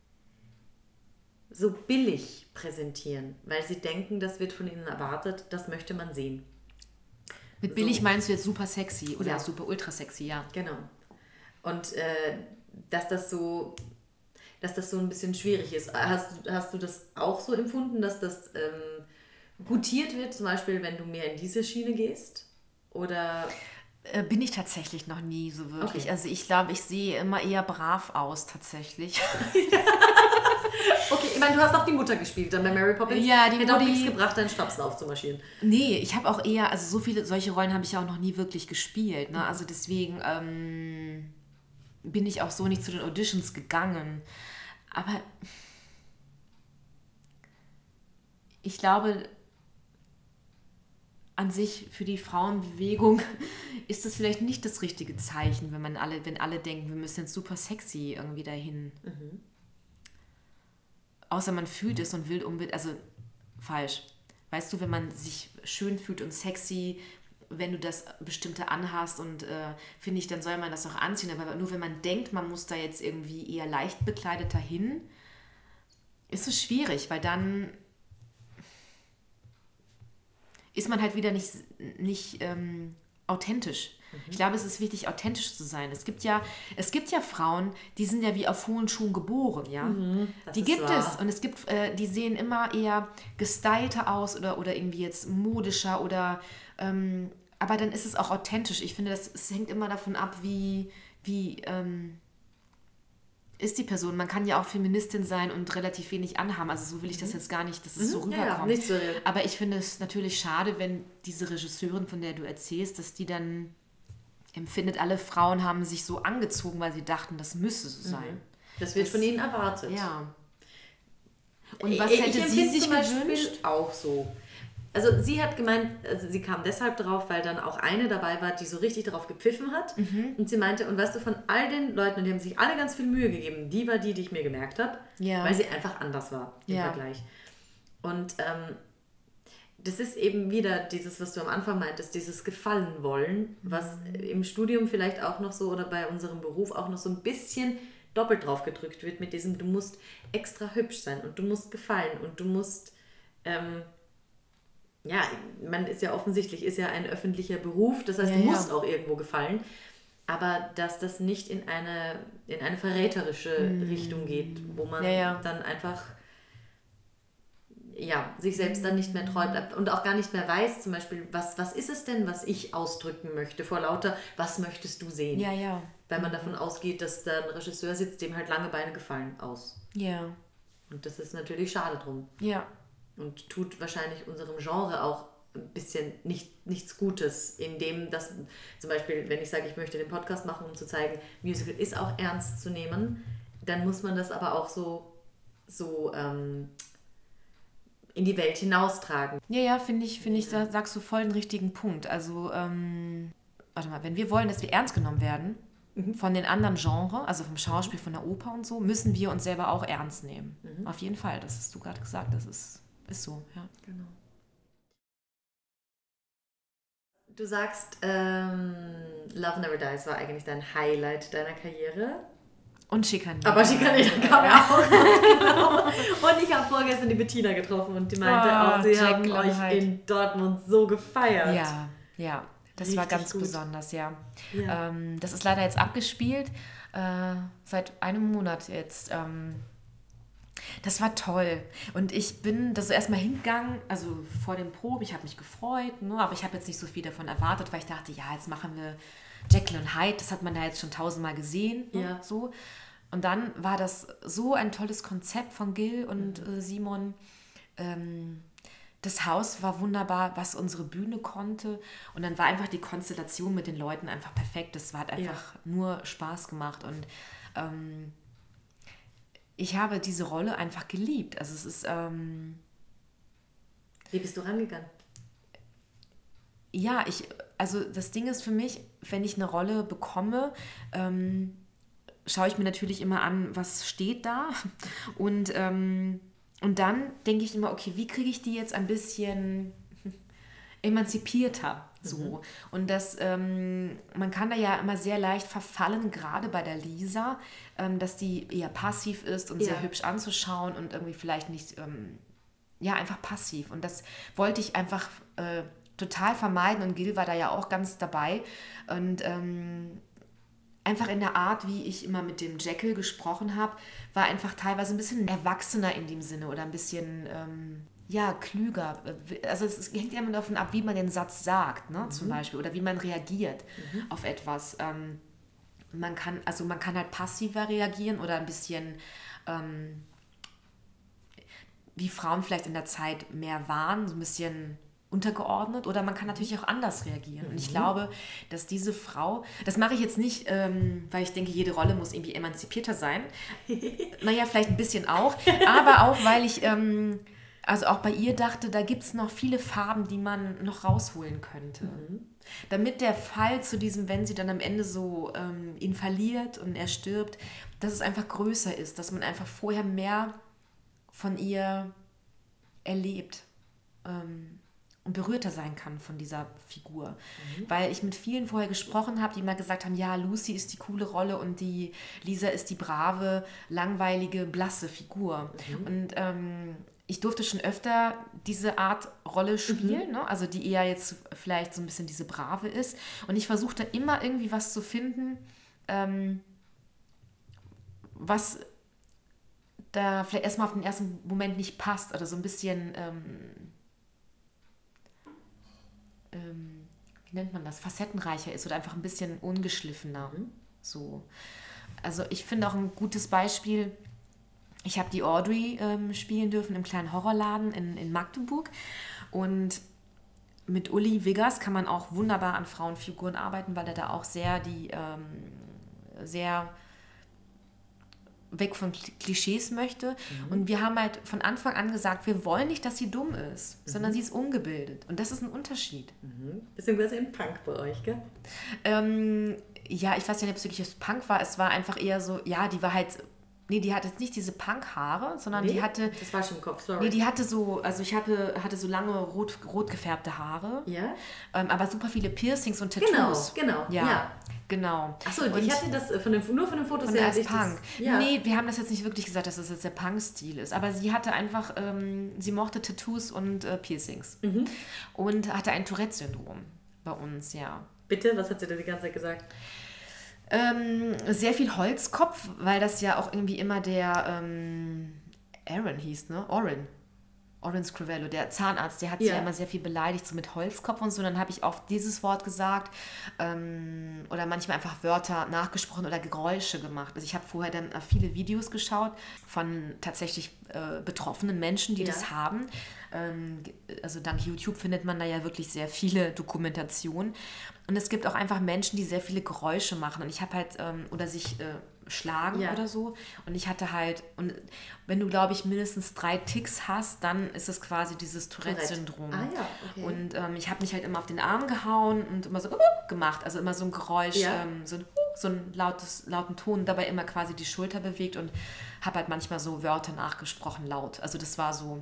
So billig präsentieren, weil sie denken, das wird von ihnen erwartet, das möchte man sehen. Mit billig meinst du jetzt super sexy oder super ultra sexy, ja. Genau. Und dass das so ein bisschen schwierig ist. Hast du das auch so empfunden, dass das gutiert wird, zum Beispiel, wenn du mehr in diese Schiene gehst? Oder... Bin ich tatsächlich noch nie so wirklich. Okay. Also ich glaube, ich sehe immer eher brav aus, tatsächlich. Okay, ich meine, du hast auch die Mutter gespielt dann bei Mary Poppins. Ja, die hätte auch nichts gebracht, deinen Stabsen aufzumarschieren. Nee, ich habe auch eher, also solche Rollen habe ich ja auch noch nie wirklich gespielt. Ne? Also deswegen bin ich auch so nicht zu den Auditions gegangen. Aber ich glaube, an sich für die Frauenbewegung ist das vielleicht nicht das richtige Zeichen, wenn alle denken, wir müssen jetzt super sexy irgendwie dahin. Außer man fühlt es und will unbedingt, also falsch. Weißt du, wenn man sich schön fühlt und sexy, wenn du das Bestimmte anhast und finde ich, dann soll man das auch anziehen. Aber nur wenn man denkt, man muss da jetzt irgendwie eher leicht bekleideter hin, ist es schwierig, weil dann ist man halt wieder nicht authentisch. Ich glaube, es ist wichtig, authentisch zu sein. Es gibt ja Frauen, die sind ja wie auf hohen Schuhen geboren, ja. Die gibt es. Und es gibt, die sehen immer eher gestylter aus oder irgendwie jetzt modischer oder aber dann ist es auch authentisch. Ich finde, es hängt immer davon ab, wie ist die Person. Man kann ja auch Feministin sein und relativ wenig anhaben. Also so will ich das jetzt gar nicht, dass es so rüberkommt. Ja, nicht so. Aber ich finde es natürlich schade, wenn diese Regisseurin, von der du erzählst, dass die dann empfindet, alle Frauen haben sich so angezogen, weil sie dachten, das müsse so sein. Das wird von ihnen erwartet. Ja. Und was hätte sie sich gewünscht? Auch so. Also sie hat gemeint, also sie kam deshalb drauf, weil dann auch eine dabei war, die so richtig darauf gepfiffen hat. Und sie meinte, und weißt du, von all den Leuten, und die haben sich alle ganz viel Mühe gegeben, die war die ich mir gemerkt habe, weil sie einfach anders war im Vergleich. Und das ist eben wieder dieses, was du am Anfang meintest, dieses Gefallen wollen, was im Studium vielleicht auch noch so oder bei unserem Beruf auch noch so ein bisschen doppelt drauf gedrückt wird mit diesem, du musst extra hübsch sein und du musst gefallen und du musst, man ist ja offensichtlich, ist ja ein öffentlicher Beruf, das heißt, du musst auch irgendwo gefallen, aber dass das nicht in eine verräterische Richtung geht, wo man dann einfach sich selbst dann nicht mehr treu bleibt und auch gar nicht mehr weiß, zum Beispiel, was ist es denn, was ich ausdrücken möchte, vor lauter, was möchtest du sehen? Weil man davon ausgeht, dass da ein Regisseur sitzt, dem halt lange Beine gefallen aus. Ja. Und das ist natürlich schade drum. Ja. Und tut wahrscheinlich unserem Genre auch ein bisschen nichts Gutes, indem das, zum Beispiel, wenn ich sage, ich möchte den Podcast machen, um zu zeigen, Musical ist auch ernst zu nehmen, dann muss man das aber auch so in die Welt hinaustragen. Ja, finde ich, da sagst du voll den richtigen Punkt. Also, warte mal, wenn wir wollen, dass wir ernst genommen werden von den anderen Genres, also vom Schauspiel, von der Oper und so, müssen wir uns selber auch ernst nehmen. Auf jeden Fall, das hast du gerade gesagt, das ist so, ja. Genau. Du sagst, Love Never Dies war eigentlich dein Highlight deiner Karriere. Und Schikaniert. Aber Schikaniert kam ja auch. Genau. Und ich habe vorgestern die Bettina getroffen und die meinte auch, sie haben euch in Dortmund so gefeiert. Ja, das Richtig war ganz gut. Besonders, ja. Das ist leider jetzt abgespielt, seit einem Monat jetzt. Das war toll. Und ich bin das erstmal hingegangen, also vor dem Probe, ich habe mich gefreut, ne, aber ich habe jetzt nicht so viel davon erwartet, weil ich dachte, ja, jetzt machen wir Jekyll und Hyde, das hat man da jetzt schon 1000-mal gesehen. Ne, so. Und dann war das so ein tolles Konzept von Gil und Simon. Das Haus war wunderbar, was unsere Bühne konnte. Und dann war einfach die Konstellation mit den Leuten einfach perfekt. Das hat einfach nur Spaß gemacht. Und ich habe diese Rolle einfach geliebt. Also es ist... Wie bist du rangegangen? Ja, also das Ding ist für mich, wenn ich eine Rolle bekomme, schaue ich mir natürlich immer an, was steht da. Und dann denke ich immer, okay, wie kriege ich die jetzt ein bisschen emanzipierter? So. Und das, man kann da ja immer sehr leicht verfallen, gerade bei der Lisa, dass die eher passiv ist und sehr hübsch anzuschauen und irgendwie vielleicht nicht, einfach passiv. Und das wollte ich einfach total vermeiden und Gil war da ja auch ganz dabei. Und einfach in der Art, wie ich immer mit dem Jekyll gesprochen habe, war einfach teilweise ein bisschen erwachsener in dem Sinne oder ein bisschen... klüger. Also es hängt ja immer davon ab, wie man den Satz sagt, ne, zum Beispiel, oder wie man reagiert auf etwas. Man kann halt passiver reagieren oder ein bisschen wie Frauen vielleicht in der Zeit mehr waren, so ein bisschen untergeordnet, oder man kann natürlich auch anders reagieren. Und ich glaube, dass diese Frau, das mache ich jetzt nicht, weil ich denke, jede Rolle muss irgendwie emanzipierter sein. Naja, vielleicht ein bisschen auch, aber auch, weil ich also auch bei ihr dachte, da gibt es noch viele Farben, die man noch rausholen könnte. Damit der Fall zu diesem, wenn sie dann am Ende so ihn verliert und er stirbt, dass es einfach größer ist, dass man einfach vorher mehr von ihr erlebt und berührter sein kann von dieser Figur. Weil ich mit vielen vorher gesprochen habe, die mal gesagt haben, ja, Lucy ist die coole Rolle und die Lisa ist die brave, langweilige, blasse Figur. Und ich durfte schon öfter diese Art Rolle spielen, ne? Also die eher jetzt vielleicht so ein bisschen diese Brave ist. Und ich versuchte immer irgendwie was zu finden, was da vielleicht erstmal auf den ersten Moment nicht passt oder so ein bisschen, wie nennt man das, facettenreicher ist oder einfach ein bisschen ungeschliffener. So. Also ich finde auch ein gutes Beispiel, ich habe die Audrey spielen dürfen im kleinen Horrorladen in Magdeburg und mit Uli Wiggers kann man auch wunderbar an Frauenfiguren arbeiten, weil er da auch sehr sehr weg von Klischees möchte. Und wir haben halt von Anfang an gesagt, wir wollen nicht, dass sie dumm ist, sondern sie ist ungebildet. Und das ist ein Unterschied. Bisschen quasi ein Punk bei euch, gell? Ja, ich weiß nicht, ob es wirklich Punk war. Es war einfach eher so, ja, die war halt... Nee, die hatte jetzt nicht diese Punk-Haare, sondern die hatte... Das war schon im Kopf, sorry. Nee, die hatte so... Also ich hatte so lange rot gefärbte Haare. Ja? Aber super viele Piercings und Tattoos. Genau. Ja. Genau. Achso, ich hatte das nur von den Fotos her. Als Punk. Ja. Nee, wir haben das jetzt nicht wirklich gesagt, dass das jetzt der Punk-Stil ist. Aber sie hatte einfach... sie mochte Tattoos und Piercings. Und hatte ein Tourette-Syndrom bei uns, ja. Bitte? Was hat sie denn die ganze Zeit gesagt? Sehr viel Holzkopf, weil das ja auch irgendwie immer der Aaron hieß, ne? Oren Scrivello, der Zahnarzt, der hat sie ja immer sehr viel beleidigt, so mit Holzkopf und so. Dann habe ich oft dieses Wort gesagt oder manchmal einfach Wörter nachgesprochen oder Geräusche gemacht. Also ich habe vorher dann viele Videos geschaut von tatsächlich betroffenen Menschen, die das haben. Also dank YouTube findet man da ja wirklich sehr viele Dokumentationen. Und es gibt auch einfach Menschen, die sehr viele Geräusche machen. Und ich habe halt, oder sich schlagen oder so. Und ich hatte halt, und wenn du, glaube ich, mindestens 3 Ticks hast, dann ist es quasi dieses Tourette-Syndrom. Ah ja, okay. Und ich habe mich halt immer auf den Arm gehauen und immer so gemacht. Also immer so ein Geräusch, so einen lauten Ton, dabei immer quasi die Schulter bewegt und habe halt manchmal so Wörter nachgesprochen laut. Also das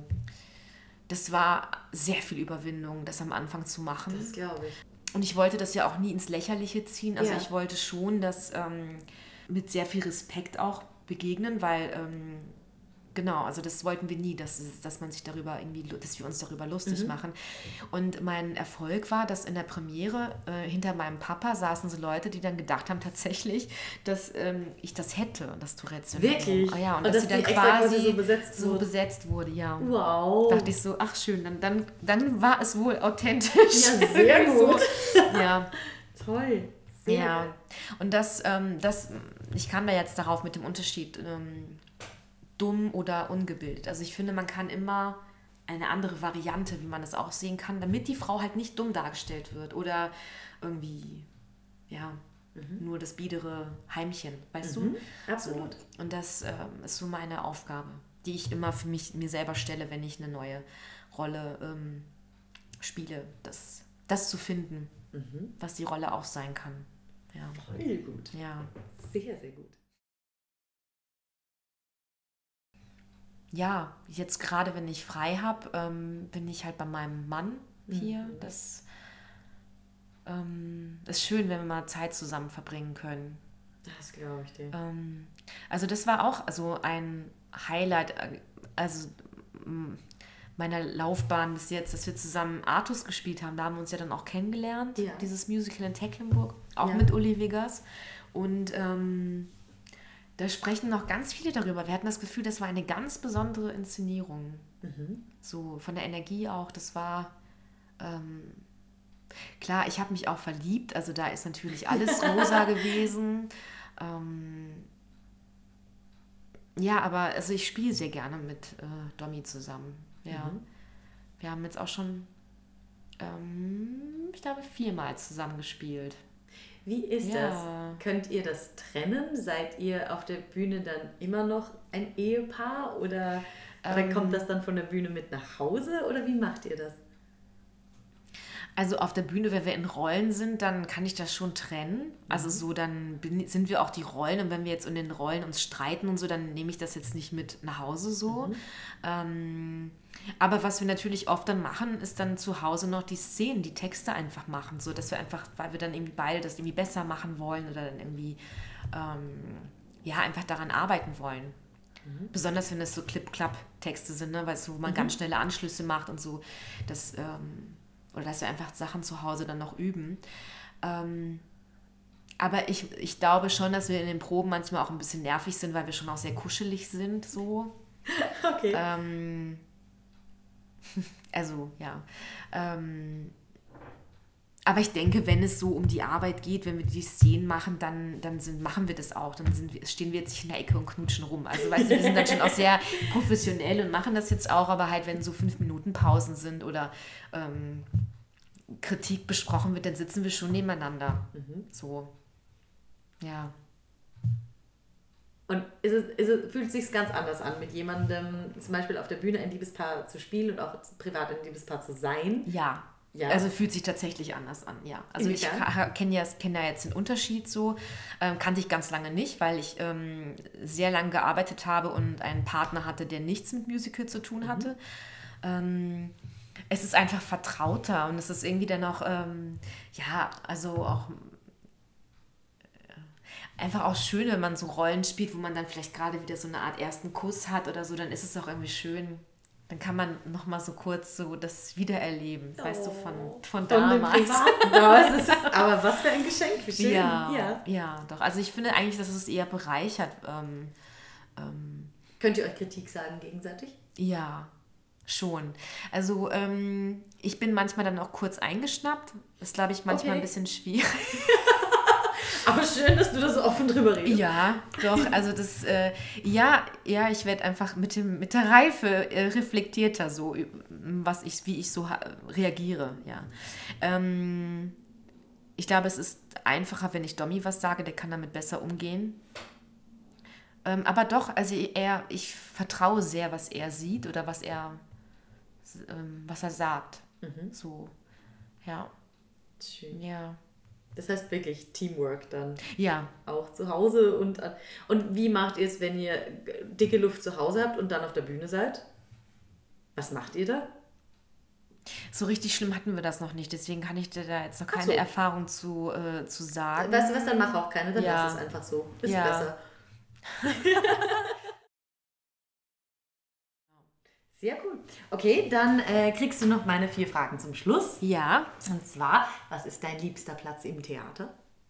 war sehr viel Überwindung, das am Anfang zu machen. Das glaube ich. Und ich wollte das ja auch nie ins Lächerliche ziehen. Also ich wollte schon das mit sehr viel Respekt auch begegnen, weil genau, also das wollten wir nie, dass man sich darüber irgendwie, dass wir uns darüber lustig machen. Und mein Erfolg war, dass in der Premiere hinter meinem Papa saßen so Leute, die dann gedacht haben tatsächlich, dass ich das hätte, das Tourette-Syndrom. Wirklich? Oh ja, und dass sie dann quasi so besetzt wurde, ja. Wow. Dachte ich so, ach schön, dann war es wohl authentisch. Ja, sehr gut. Ja. Toll. Sehr gut. Und das, ich kam da jetzt darauf mit dem Unterschied dumm oder ungebildet. Also ich finde, man kann immer eine andere Variante, wie man es auch sehen kann, damit die Frau halt nicht dumm dargestellt wird oder irgendwie, nur das biedere Heimchen, weißt du? Absolut. So. Und das ist so meine Aufgabe, die ich immer für mir selber stelle, wenn ich eine neue Rolle spiele, das zu finden, was die Rolle auch sein kann. Ja. Voll gut. Ja. Sehr, sehr gut. Ja, jetzt gerade, wenn ich frei habe, bin ich halt bei meinem Mann hier. Das ist schön, wenn wir mal Zeit zusammen verbringen können. Das glaube ich dir. Also das war auch ein Highlight meiner Laufbahn bis jetzt, dass wir zusammen Artus gespielt haben. Da haben wir uns ja dann auch kennengelernt, dieses Musical in Tecklenburg, auch mit Uli Wiggers. Und da sprechen noch ganz viele darüber. Wir hatten das Gefühl, das war eine ganz besondere Inszenierung. So von der Energie auch. Das war, klar, ich habe mich auch verliebt. Also da ist natürlich alles rosa gewesen. Ja, aber also ich spiele sehr gerne mit Domi zusammen. Ja. Wir haben jetzt auch schon, ich glaube, 4-mal zusammen gespielt. Wie ist das? Könnt ihr das trennen? Seid ihr auf der Bühne dann immer noch ein Ehepaar oder kommt das dann von der Bühne mit nach Hause oder wie macht ihr das? Also auf der Bühne, wenn wir in Rollen sind, dann kann ich das schon trennen. Also so, dann sind wir auch die Rollen und wenn wir jetzt in den Rollen uns streiten und so, dann nehme ich das jetzt nicht mit nach Hause so. Aber was wir natürlich oft dann machen, ist dann zu Hause noch die Szenen, die Texte einfach machen, so dass wir einfach, weil wir dann irgendwie beide das irgendwie besser machen wollen oder dann irgendwie einfach daran arbeiten wollen. Besonders wenn es so Clip-Clap-Texte sind, ne? Weil wo man ganz schnelle Anschlüsse macht und so. Oder dass wir einfach Sachen zu Hause dann noch üben. Aber ich glaube schon, dass wir in den Proben manchmal auch ein bisschen nervig sind, weil wir schon auch sehr kuschelig sind. So. Okay. Also, ja. Aber ich denke, wenn es so um die Arbeit geht, wenn wir die Szenen machen, dann machen wir das auch. Dann stehen wir jetzt nicht in der Ecke und knutschen rum. Also, weißt du, wir sind dann schon auch sehr professionell und machen das jetzt auch. Aber halt, wenn so 5-Minuten-Pausen sind oder Kritik besprochen wird, dann sitzen wir schon nebeneinander. So, ja. Und fühlt es sich ganz anders an, mit jemandem zum Beispiel auf der Bühne ein Liebespaar zu spielen und auch privat ein Liebespaar zu sein? Ja. Also fühlt sich tatsächlich anders an, ja. Also ich kenne ja jetzt den Unterschied so, kannte ich ganz lange nicht, weil ich sehr lange gearbeitet habe und einen Partner hatte, der nichts mit Musical zu tun hatte. Es ist einfach vertrauter und es ist irgendwie dann auch, also auch einfach auch schön, wenn man so Rollen spielt, wo man dann vielleicht gerade wieder so eine Art ersten Kuss hat oder so, dann ist es auch irgendwie schön. Dann kann man nochmal so kurz so das wiedererleben, weißt du, von damals. Aber was für ein Geschenk, wie schön. Ja, doch. Also ich finde eigentlich, dass es eher bereichert. Könnt ihr euch Kritik sagen gegenseitig? Ja, schon. Also ich bin manchmal dann auch kurz eingeschnappt. Ist, glaube ich, manchmal ein bisschen schwierig. Aber schön, dass du da so offen drüber redest. Ja, doch, also das, ich werde einfach mit der Reife reflektierter so, wie ich so reagiere, ja. Ich glaube, es ist einfacher, wenn ich Domi was sage, der kann damit besser umgehen. Aber doch, also ich vertraue sehr, was er sieht oder was er sagt. So, ja. Schön. Ja. Das heißt wirklich Teamwork dann. Ja. Auch zu Hause. Und wie macht ihr es, wenn ihr dicke Luft zu Hause habt und dann auf der Bühne seid? Was macht ihr da? So richtig schlimm hatten wir das noch nicht. Deswegen kann ich dir da jetzt noch keine Erfahrung zu sagen. Weißt du was, dann mach auch keine. Dann lass es einfach so. Ist besser. Sehr gut. Okay, dann kriegst du noch meine 4 Fragen zum Schluss. Ja. Und zwar, was ist dein liebster Platz im Theater?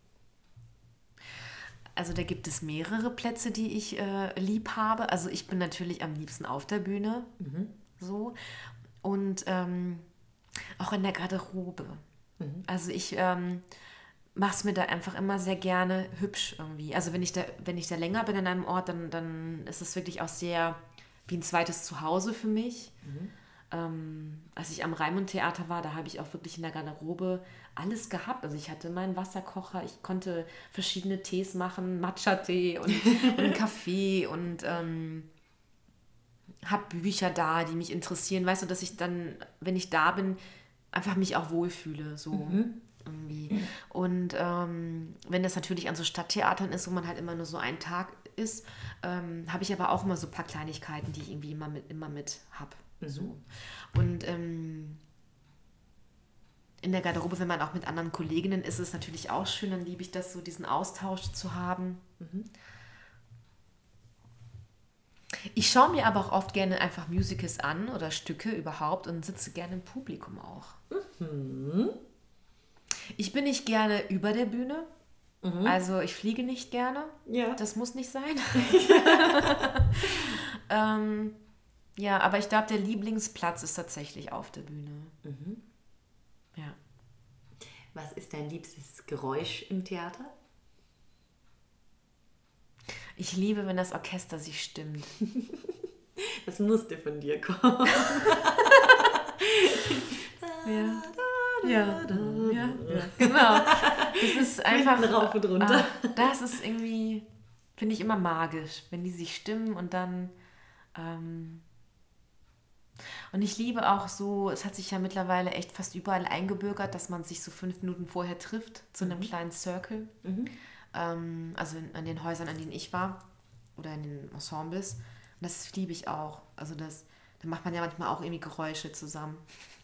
Also da gibt es mehrere Plätze, die ich lieb habe. Also ich bin natürlich am liebsten auf der Bühne. So. Und auch in der Garderobe. Also ich mache es mir da einfach immer sehr gerne hübsch irgendwie. Also wenn ich da länger bin an einem Ort, dann ist es wirklich auch sehr wie ein zweites Zuhause für mich. Als ich am Raimund-Theater war, da habe ich auch wirklich in der Garderobe alles gehabt. Also ich hatte meinen Wasserkocher, ich konnte verschiedene Tees machen, Matcha-Tee und Kaffee und habe Bücher da, die mich interessieren. Weißt du, dass ich dann, wenn ich da bin, einfach mich auch wohlfühle. So irgendwie. Und wenn das natürlich an so Stadttheatern ist, wo man halt immer nur so einen Tag ist, habe ich aber auch immer so ein paar Kleinigkeiten, die ich irgendwie immer mit habe. So. Und in der Garderobe, wenn man auch mit anderen Kolleginnen ist, ist es natürlich auch schön, dann liebe ich das so, diesen Austausch zu haben. Ich schaue mir aber auch oft gerne einfach Musicals an oder Stücke überhaupt und sitze gerne im Publikum auch. Ich bin nicht gerne über der Bühne. Also ich fliege nicht gerne. Ja. Das muss nicht sein. Ja, aber ich glaube, der Lieblingsplatz ist tatsächlich auf der Bühne. Ja. Was ist dein liebstes Geräusch im Theater? Ich liebe, wenn das Orchester sich stimmt. Das musste von dir kommen. Ja, genau. Das ist einfach rauf und runter. Das ist irgendwie, finde ich, immer magisch, wenn die sich stimmen und dann und ich liebe auch so, es hat sich ja mittlerweile echt fast überall eingebürgert, dass man sich so 5 Minuten vorher trifft, zu einem kleinen Circle. Also an den Häusern, an denen ich war oder in den Ensembles. Und das liebe ich auch. Also da macht man ja manchmal auch irgendwie Geräusche zusammen.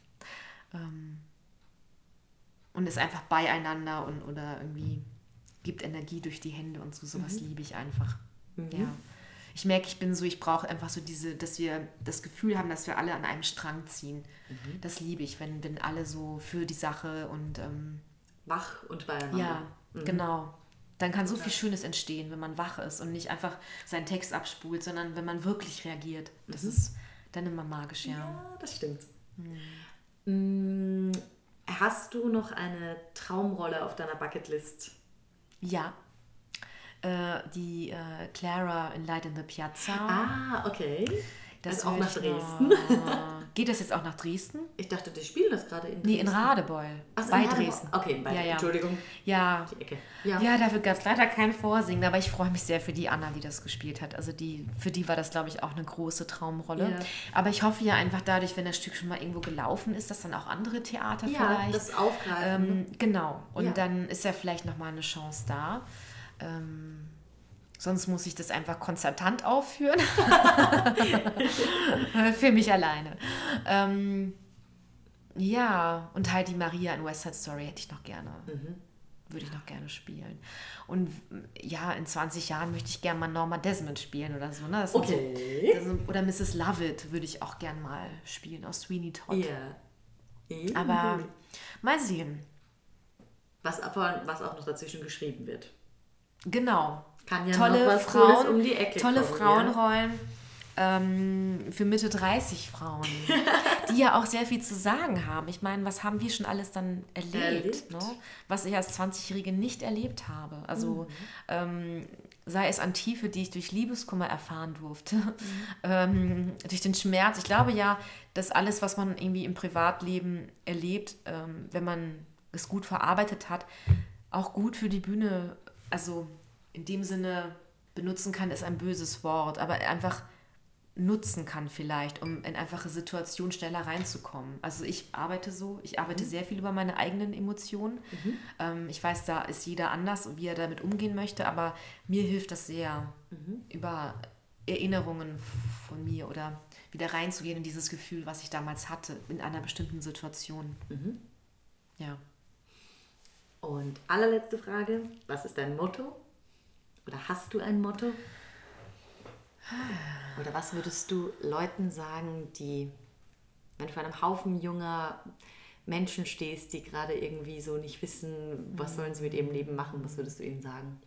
Und ist einfach beieinander oder irgendwie gibt Energie durch die Hände und so. Sowas liebe ich einfach. Ja. Ich merke, ich brauche einfach so dass wir das Gefühl haben, dass wir alle an einem Strang ziehen. Das liebe ich, wenn alle so für die Sache und wach und beieinander. Ja, genau. Dann kann so viel Schönes entstehen, wenn man wach ist und nicht einfach seinen Text abspult, sondern wenn man wirklich reagiert. Das ist dann immer magisch, ja. Ja, das stimmt. Hast du noch eine Traumrolle auf deiner Bucketlist? Ja. Die Clara in Light in the Piazza. Ah, okay. Das auch nach Dresden. Geht das jetzt auch nach Dresden? Ich dachte, die spielen das gerade in Dresden. Nee, in Radebeul. Achso, bei in Radebeul. Dresden. Okay, bei Entschuldigung. Ja. Die Ecke. Ja, dafür gab es leider kein Vorsingen, aber ich freue mich sehr für die Anna, die das gespielt hat. Also für die war das, glaube ich, auch eine große Traumrolle. Ja. Aber ich hoffe ja einfach dadurch, wenn das Stück schon mal irgendwo gelaufen ist, dass dann auch andere Theater vielleicht das aufgreifen. Genau. Und dann ist ja vielleicht nochmal eine Chance da. Sonst muss ich das einfach konzertant aufführen. Für mich alleine. Ja, und halt die Maria in West Side Story hätte ich noch gerne. Würde ich noch gerne spielen. Und ja, in 20 Jahren möchte ich gerne mal Norma Desmond spielen oder so. Ne? Oder Mrs. Lovett würde ich auch gerne mal spielen aus Sweeney Todd. Ja. Aber mal sehen. Was auch noch dazwischen geschrieben wird. Genau. Kann ja tolle noch was Frauen, Cooles um die Ecke tolle kommen, Frauenrollen für Mitte 30 Frauen, die ja auch sehr viel zu sagen haben. Ich meine, was haben wir schon alles dann erlebt? Ne? Was ich als 20-Jährige nicht erlebt habe. Also sei es an Tiefe, die ich durch Liebeskummer erfahren durfte, durch den Schmerz. Ich glaube ja, dass alles, was man irgendwie im Privatleben erlebt, wenn man es gut verarbeitet hat, auch gut für die Bühne, also in dem Sinne benutzen kann, ist ein böses Wort, aber einfach nutzen kann vielleicht, um in einfache Situationen schneller reinzukommen. Also ich arbeite sehr viel über meine eigenen Emotionen. Ich weiß, da ist jeder anders, wie er damit umgehen möchte, aber mir hilft das sehr, über Erinnerungen von mir oder wieder reinzugehen in dieses Gefühl, was ich damals hatte, in einer bestimmten Situation. Ja. Und allerletzte Frage, was ist dein Motto? Oder hast du ein Motto? Oder was würdest du Leuten sagen, die, wenn du vor einem Haufen junger Menschen stehst, die gerade irgendwie so nicht wissen, was sollen sie mit ihrem Leben machen, was würdest du ihnen sagen?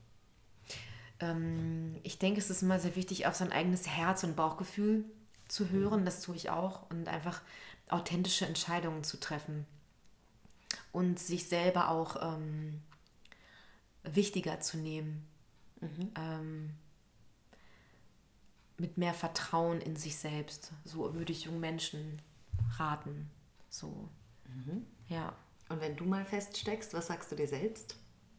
Ich denke, es ist immer sehr wichtig, auf sein eigenes Herz und Bauchgefühl zu hören, das tue ich auch, und einfach authentische Entscheidungen zu treffen und sich selber auch wichtiger zu nehmen. Mit mehr Vertrauen in sich selbst. So würde ich jungen Menschen raten. So. Ja. Und wenn du mal feststeckst, was sagst du dir selbst?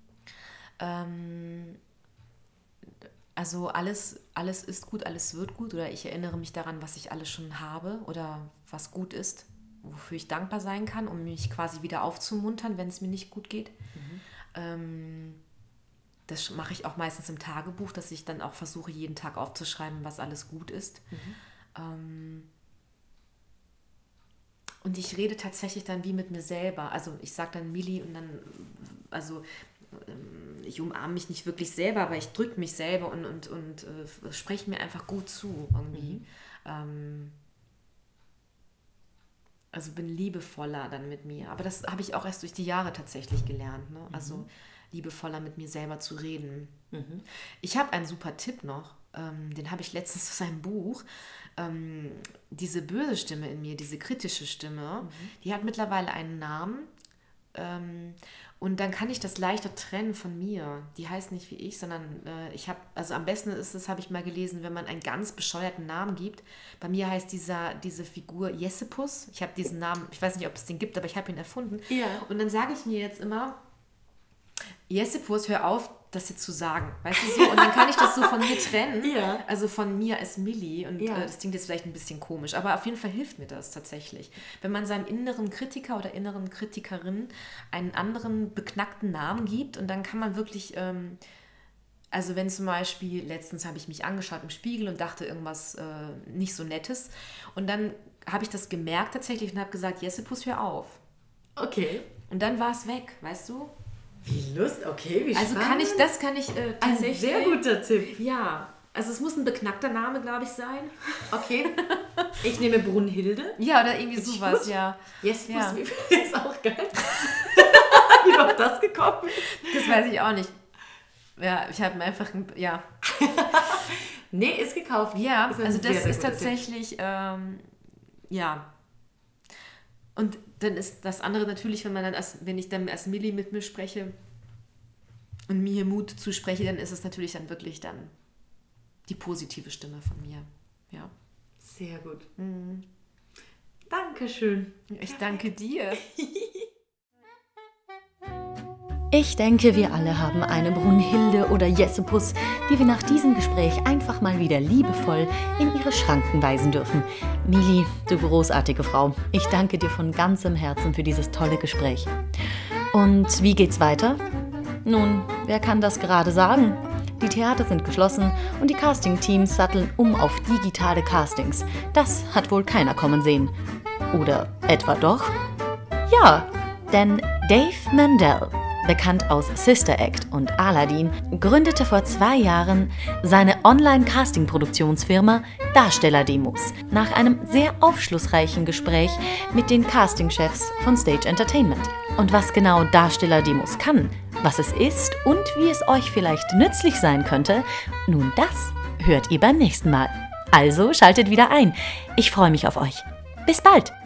Also alles ist gut, alles wird gut. Oder ich erinnere mich daran, was ich alles schon habe oder was gut ist, wofür ich dankbar sein kann, um mich quasi wieder aufzumuntern, wenn es mir nicht gut geht. Das mache ich auch meistens im Tagebuch, dass ich dann auch versuche, jeden Tag aufzuschreiben, was alles gut ist. Und ich rede tatsächlich dann wie mit mir selber. Also ich sage dann Milli und dann, also ich umarme mich nicht wirklich selber, aber ich drücke mich selber und spreche mir einfach gut zu irgendwie. Also bin liebevoller dann mit mir. Aber das habe ich auch erst durch die Jahre tatsächlich gelernt. Ne? Also liebevoller mit mir selber zu reden. Ich habe einen super Tipp noch, den habe ich letztens aus einem Buch. Diese böse Stimme in mir, diese kritische Stimme, die hat mittlerweile einen Namen. Und dann kann ich das leichter trennen von mir. Die heißt nicht wie ich, sondern also am besten ist es, habe ich mal gelesen, wenn man einen ganz bescheuerten Namen gibt. Bei mir heißt diese Figur Yesipus. Ich habe diesen Namen, ich weiß nicht, ob es den gibt, aber ich habe ihn erfunden. Ja. Und dann sage ich mir jetzt immer, Yesipus, hör auf, das jetzt zu sagen. Weißt du so? Und dann kann ich das so von mir trennen. Ja. Also von mir als Milli. Und das klingt jetzt vielleicht ein bisschen komisch, aber auf jeden Fall hilft mir das tatsächlich. Wenn man seinem inneren Kritiker oder inneren Kritikerin einen anderen beknackten Namen gibt, und dann kann man wirklich, also wenn zum Beispiel, letztens habe ich mich angeschaut im Spiegel und dachte irgendwas nicht so Nettes. Und dann habe ich das gemerkt tatsächlich und habe gesagt, Yesipus, hör auf. Okay. Und dann war es weg, weißt du? Wie lustig, okay, wie also spannend. das kann ich tatsächlich... Ein sehr guter Tipp. Ja, Also es muss ein beknackter Name, glaube ich, sein. Okay. Ich nehme Brunhilde. Ja, oder irgendwie sowas, ja. Yes, Ja. ist auch geil. Wie du auf das gekommen bist. Das weiß ich auch nicht. Ja, ich habe mir einfach, ja. Nee, ist gekauft. Ja, Ist ein also sehr, das sehr ist guter tatsächlich, ja. Und dann ist das andere natürlich, wenn ich dann als Milli mit mir spreche und mir Mut zuspreche, dann ist es natürlich dann wirklich dann die positive Stimme von mir. Ja. Sehr gut. Dankeschön. Ich danke dir. Ich denke, wir alle haben eine Brunhilde oder Jessepus, die wir nach diesem Gespräch einfach mal wieder liebevoll in ihre Schranken weisen dürfen. Mili, du großartige Frau, ich danke dir von ganzem Herzen für dieses tolle Gespräch. Und wie geht's weiter? Nun, wer kann das gerade sagen? Die Theater sind geschlossen und die Casting-Teams satteln um auf digitale Castings. Das hat wohl keiner kommen sehen. Oder etwa doch? Ja, denn Dave Mandel, bekannt aus Sister Act und Aladdin, gründete vor 2 Jahren seine Online-Casting-Produktionsfirma Darstellerdemos nach einem sehr aufschlussreichen Gespräch mit den Castingchefs von Stage Entertainment. Und was genau Darstellerdemos kann, was es ist und wie es euch vielleicht nützlich sein könnte, nun das hört ihr beim nächsten Mal. Also schaltet wieder ein. Ich freue mich auf euch. Bis bald!